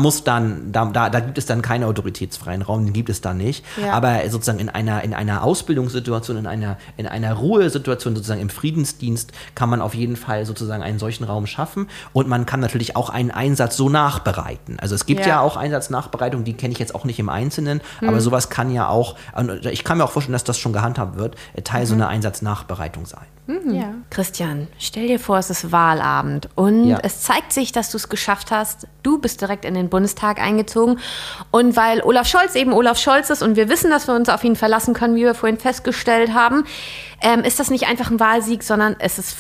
gibt es dann keinen autoritätsfreien Raum, den gibt es dann nicht. Ja. Aber sozusagen in einer Ausbildungssituation, in einer Ruhesituation, sozusagen im Friedensdienst, kann man auf jeden Fall sozusagen einen solchen Raum schaffen und man kann natürlich auch einen Einsatz so nachbereiten. Also es gibt ja auch Einsatznachbereitung, die kenne ich jetzt auch nicht im Einzelnen, aber sowas kann ja auch, ich kann mir auch vorstellen, dass das schon gehandhabt wird, Teil so einer Einsatznachbereitung sein. Ja. Christian, stell dir vor, es ist Wahlabend und es zeigt sich, dass du es geschafft hast. Du bist direkt in den Bundestag eingezogen und weil Olaf Scholz eben Olaf Scholz ist und wir wissen, dass wir uns auf ihn verlassen können, wie wir vorhin festgestellt haben, ist das nicht einfach ein Wahlsieg, sondern es ist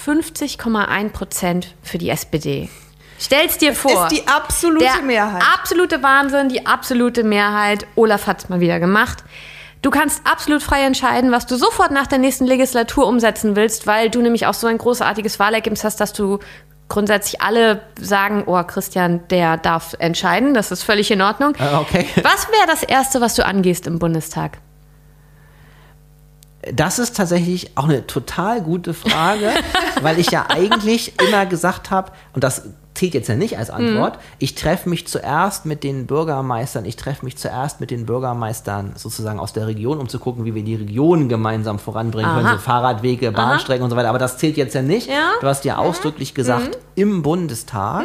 50,1% für die SPD. Stell's dir vor. Das ist die absolute Mehrheit. Absolute Wahnsinn, die absolute Mehrheit. Olaf hat's mal wieder gemacht. Du kannst absolut frei entscheiden, was du sofort nach der nächsten Legislatur umsetzen willst, weil du nämlich auch so ein großartiges Wahlergebnis hast, dass du grundsätzlich alle sagen, oh, Christian, der darf entscheiden, das ist völlig in Ordnung. Okay. Was wäre das Erste, was du angehst im Bundestag? Das ist tatsächlich auch eine total gute Frage, weil ich ja eigentlich immer gesagt habe, und das zählt jetzt ja nicht als Antwort, ich treffe mich zuerst mit den Bürgermeistern sozusagen aus der Region, um zu gucken, wie wir die Region gemeinsam voranbringen können, so Fahrradwege, Bahnstrecken und so weiter, aber das zählt jetzt ja nicht. Ja. Du hast ja ausdrücklich gesagt, im Bundestag.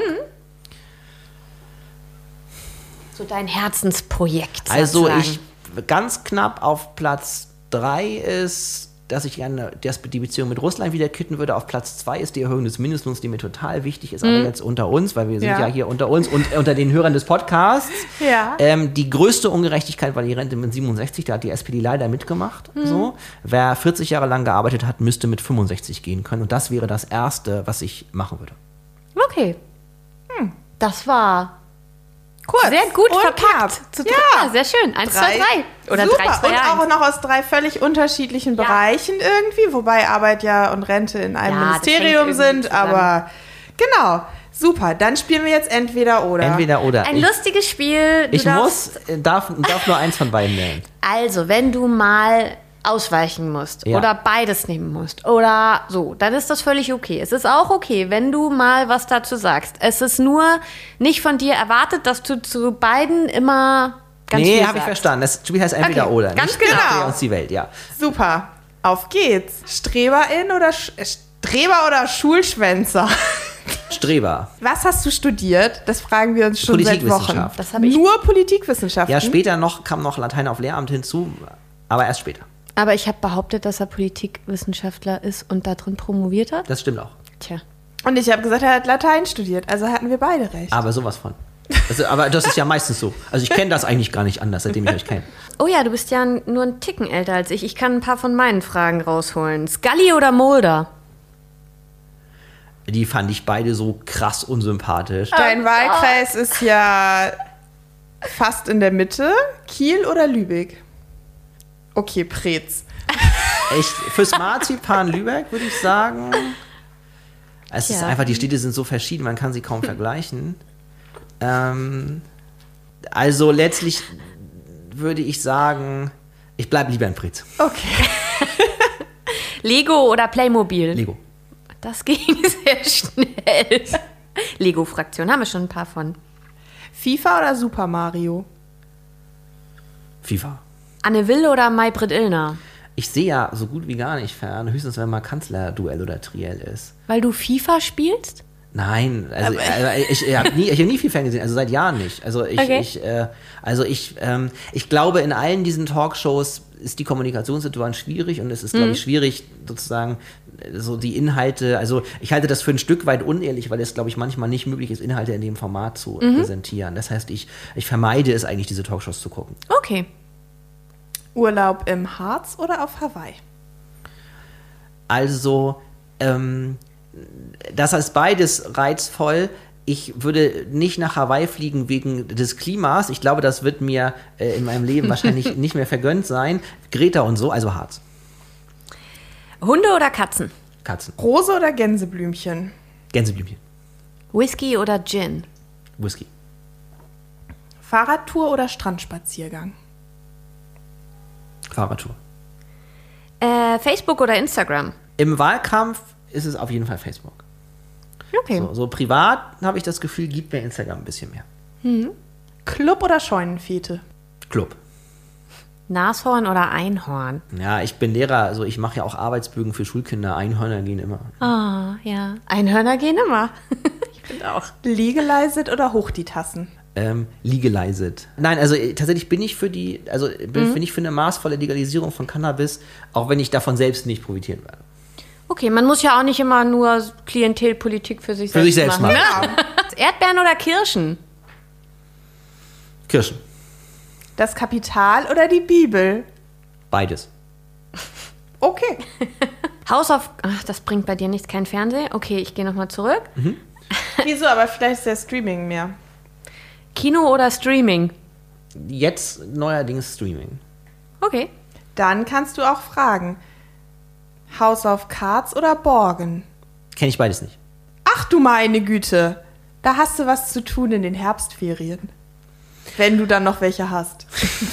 So dein Herzensprojekt. Also ich ganz knapp auf Platz 3 ist, dass ich gerne die Beziehung mit Russland wieder kitten würde. Auf Platz 2 ist die Erhöhung des Mindestlohns, die mir total wichtig ist, aber jetzt unter uns, weil wir sind ja hier unter uns und unter den Hörern des Podcasts. Ja. Die größte Ungerechtigkeit war die Rente mit 67, da hat die SPD leider mitgemacht. So. Wer 40 Jahre lang gearbeitet hat, müsste mit 65 gehen können und das wäre das Erste, was ich machen würde. Okay. Das war kurz. Sehr gut verpackt. Ja, sehr schön. 1, 2, 3. Oder super. 3, 2, 1. Und auch noch aus 3 völlig unterschiedlichen Bereichen irgendwie, wobei Arbeit und Rente in einem Ministerium sind, aber genau. Super, dann spielen wir jetzt entweder oder. Ein lustiges Spiel. Ich darf nur eins von beiden nennen. Also, wenn du mal ausweichen musst Ja. oder beides nehmen musst oder so, dann ist das völlig okay. Es ist auch okay, wenn du mal was dazu sagst. Es ist nur nicht von dir erwartet, dass du zu beiden immer ganz viel Nee, habe ich sagst. verstanden. Das Spiel heißt entweder Okay, oder. ganz nicht genau. Erklär uns die Welt, ja. Super. Auf geht's. Streber oder Schulschwänzer? Streber. Was hast du studiert? Das fragen wir uns schon seit Wochen. Politikwissenschaft. Das habe ich. Nur Politikwissenschaften? Ja, später kam noch Latein auf Lehramt hinzu, aber erst später. Aber ich habe behauptet, dass er Politikwissenschaftler ist und da drin promoviert hat. Das stimmt auch. Tja. Und ich habe gesagt, er hat Latein studiert. Also hatten wir beide recht. Aber sowas von. Also, aber das ist ja meistens so. Also ich kenne das eigentlich gar nicht anders, seitdem ich euch kenne. Oh ja, du bist ja nur einen Ticken älter als ich. Ich kann ein paar von meinen Fragen rausholen. Scully oder Mulder? Die fand ich beide so krass unsympathisch. Dein Wahlkreis ist ja fast in der Mitte. Kiel oder Lübeck? Okay, Preetz. Echt, fürs Marzipan Lübeck würde ich sagen. Es ist Ja. einfach, die Städte sind so verschieden, man kann sie kaum vergleichen. Also letztlich würde ich sagen, ich bleibe lieber in Preetz. Okay. Lego oder Playmobil? Lego. Das ging sehr schnell. Lego-Fraktion, haben wir schon ein paar von. FIFA oder Super Mario? FIFA. Anne Will oder Maybrit Illner? Ich sehe ja so gut wie gar nicht fern, höchstens wenn mal Kanzlerduell oder Triell ist. Weil du FIFA spielst? Nein, also ich habe nie viel Fernsehen gesehen, also seit Jahren nicht. Also Okay. ich glaube, in allen diesen Talkshows ist die Kommunikationssituation schwierig und es ist, glaube ich, schwierig, sozusagen so die Inhalte, also ich halte das für ein Stück weit unehrlich, weil es, glaube ich, manchmal nicht möglich ist, Inhalte in dem Format zu präsentieren. Das heißt, ich vermeide es eigentlich, diese Talkshows zu gucken. Okay. Urlaub im Harz oder auf Hawaii? Also, das ist beides reizvoll. Ich würde nicht nach Hawaii fliegen wegen des Klimas. Ich glaube, das wird mir in meinem Leben wahrscheinlich nicht mehr vergönnt sein. Greta und so, also Harz. Hunde oder Katzen? Katzen. Rose oder Gänseblümchen? Gänseblümchen. Whisky oder Gin? Whisky. Fahrradtour oder Strandspaziergang? Fahrradtour. Facebook oder Instagram? Im Wahlkampf ist es auf jeden Fall Facebook. Okay. So privat habe ich das Gefühl, gibt mir Instagram ein bisschen mehr. Club oder Scheunenfete? Club. Nashorn oder Einhorn? Ja, ich bin Lehrer, also ich mache ja auch Arbeitsbögen für Schulkinder. Einhörner gehen immer. Ah, ja. Einhörner gehen immer. Ich finde auch. Legalized oder hoch die Tassen? Legalized. Nein, also tatsächlich bin ich bin ich für eine maßvolle Legalisierung von Cannabis, auch wenn ich davon selbst nicht profitieren werde. Okay, man muss ja auch nicht immer nur Klientelpolitik für sich Für sich selbst machen. machen. Ne? Erdbeeren oder Kirschen? Kirschen. Das Kapital oder die Bibel? Beides. Okay. Ach, das bringt bei dir nichts, kein Fernsehen. Okay, ich gehe nochmal zurück. Wieso? Aber vielleicht ist der Streaming mehr. Kino oder Streaming? Jetzt neuerdings Streaming. Okay. Dann kannst du auch fragen. House of Cards oder Borgen? Kenne ich beides nicht. Ach du meine Güte. Da hast du was zu tun in den Herbstferien. Wenn du dann noch welche hast.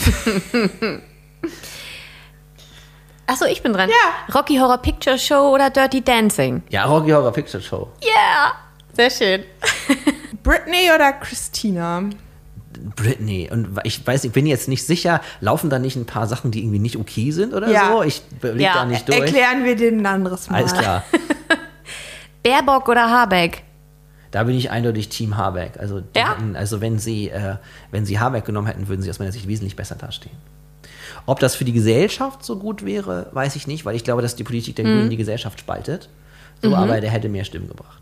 Achso, ich bin dran. Ja. Rocky Horror Picture Show oder Dirty Dancing? Ja, Rocky Horror Picture Show. Yeah! Sehr schön. Britney oder Christina? Britney. Und ich weiß, ich bin jetzt nicht sicher, laufen da nicht ein paar Sachen, die irgendwie nicht okay sind oder Ja. so? Ich blick Ja, da nicht durch. Erklären wir den ein anderes Mal. Alles klar. Baerbock oder Habeck? Da bin ich eindeutig Team Habeck. Also, Ja? wenn sie Habeck genommen hätten, würden sie aus meiner Sicht wesentlich besser dastehen. Ob das für die Gesellschaft so gut wäre, weiß ich nicht, weil ich glaube, dass die Politik der Grünen die Gesellschaft spaltet. So, aber der hätte mehr Stimmen gebracht.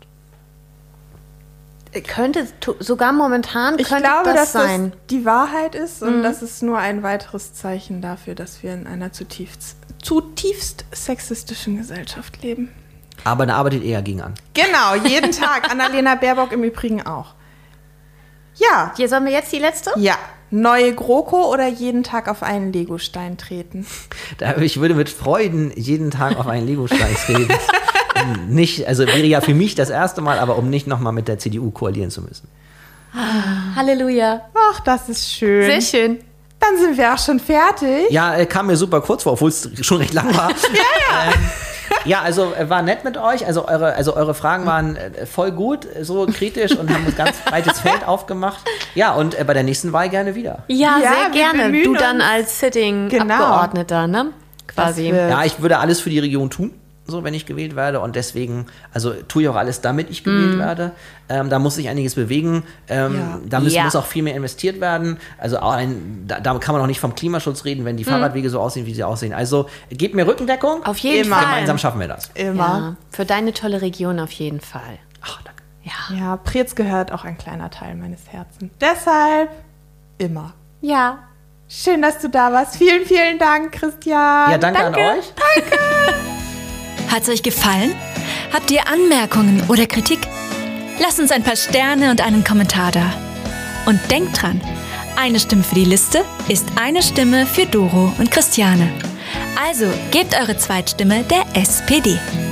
Könnte sogar momentan Ich könnte glaube, das dass sein. das die Wahrheit ist und das ist nur ein weiteres Zeichen dafür, dass wir in einer zutiefst sexistischen Gesellschaft leben. Aber da arbeitet er gegen an. Genau, jeden Tag. Annalena Baerbock im Übrigen auch. Ja, Hier, sollen wir jetzt die letzte? ja. Neue GroKo oder jeden Tag auf einen Legostein treten? Ich würde mit Freuden jeden Tag auf einen Legostein treten. Nicht, also wäre ja für mich das erste Mal, aber um nicht nochmal mit der CDU koalieren zu müssen. Halleluja. Ach, das ist schön. Sehr schön. Dann dann sind wir auch schon fertig. Ja, kam mir super kurz vor, obwohl es schon recht lang war. Ja, also war nett mit euch. Also eure Fragen waren voll gut, so kritisch und haben ein ganz breites Feld aufgemacht. Ja, und bei der nächsten Wahl gerne wieder. Ja, Ja, sehr wir gerne. bemühen Du dann uns. als Sitting-Abgeordneter, ne? Quasi. Ja, ich würde alles für die Region tun, so wenn ich gewählt werde. Und deswegen, also tue ich auch alles, damit ich gewählt werde. Da muss sich einiges bewegen. Da muss auch viel mehr investiert werden. Also da kann man auch nicht vom Klimaschutz reden, wenn die Fahrradwege so aussehen, wie sie aussehen. Also gebt mir Rückendeckung. Auf jeden Immer. Fall. Gemeinsam schaffen wir das. Immer. Ja, für deine tolle Region auf jeden Fall. Ach, danke. Ja. Ja, Preetz gehört auch ein kleiner Teil meines Herzens. Deshalb immer. Ja. Schön, dass du da warst. Vielen, vielen Dank, Christian. Ja, danke an euch. Hat's euch gefallen? Habt ihr Anmerkungen oder Kritik? Lasst uns ein paar Sterne und einen Kommentar da. Und denkt dran, eine Stimme für die Liste ist eine Stimme für Doro und Christiane. Also gebt eure Zweitstimme der SPD.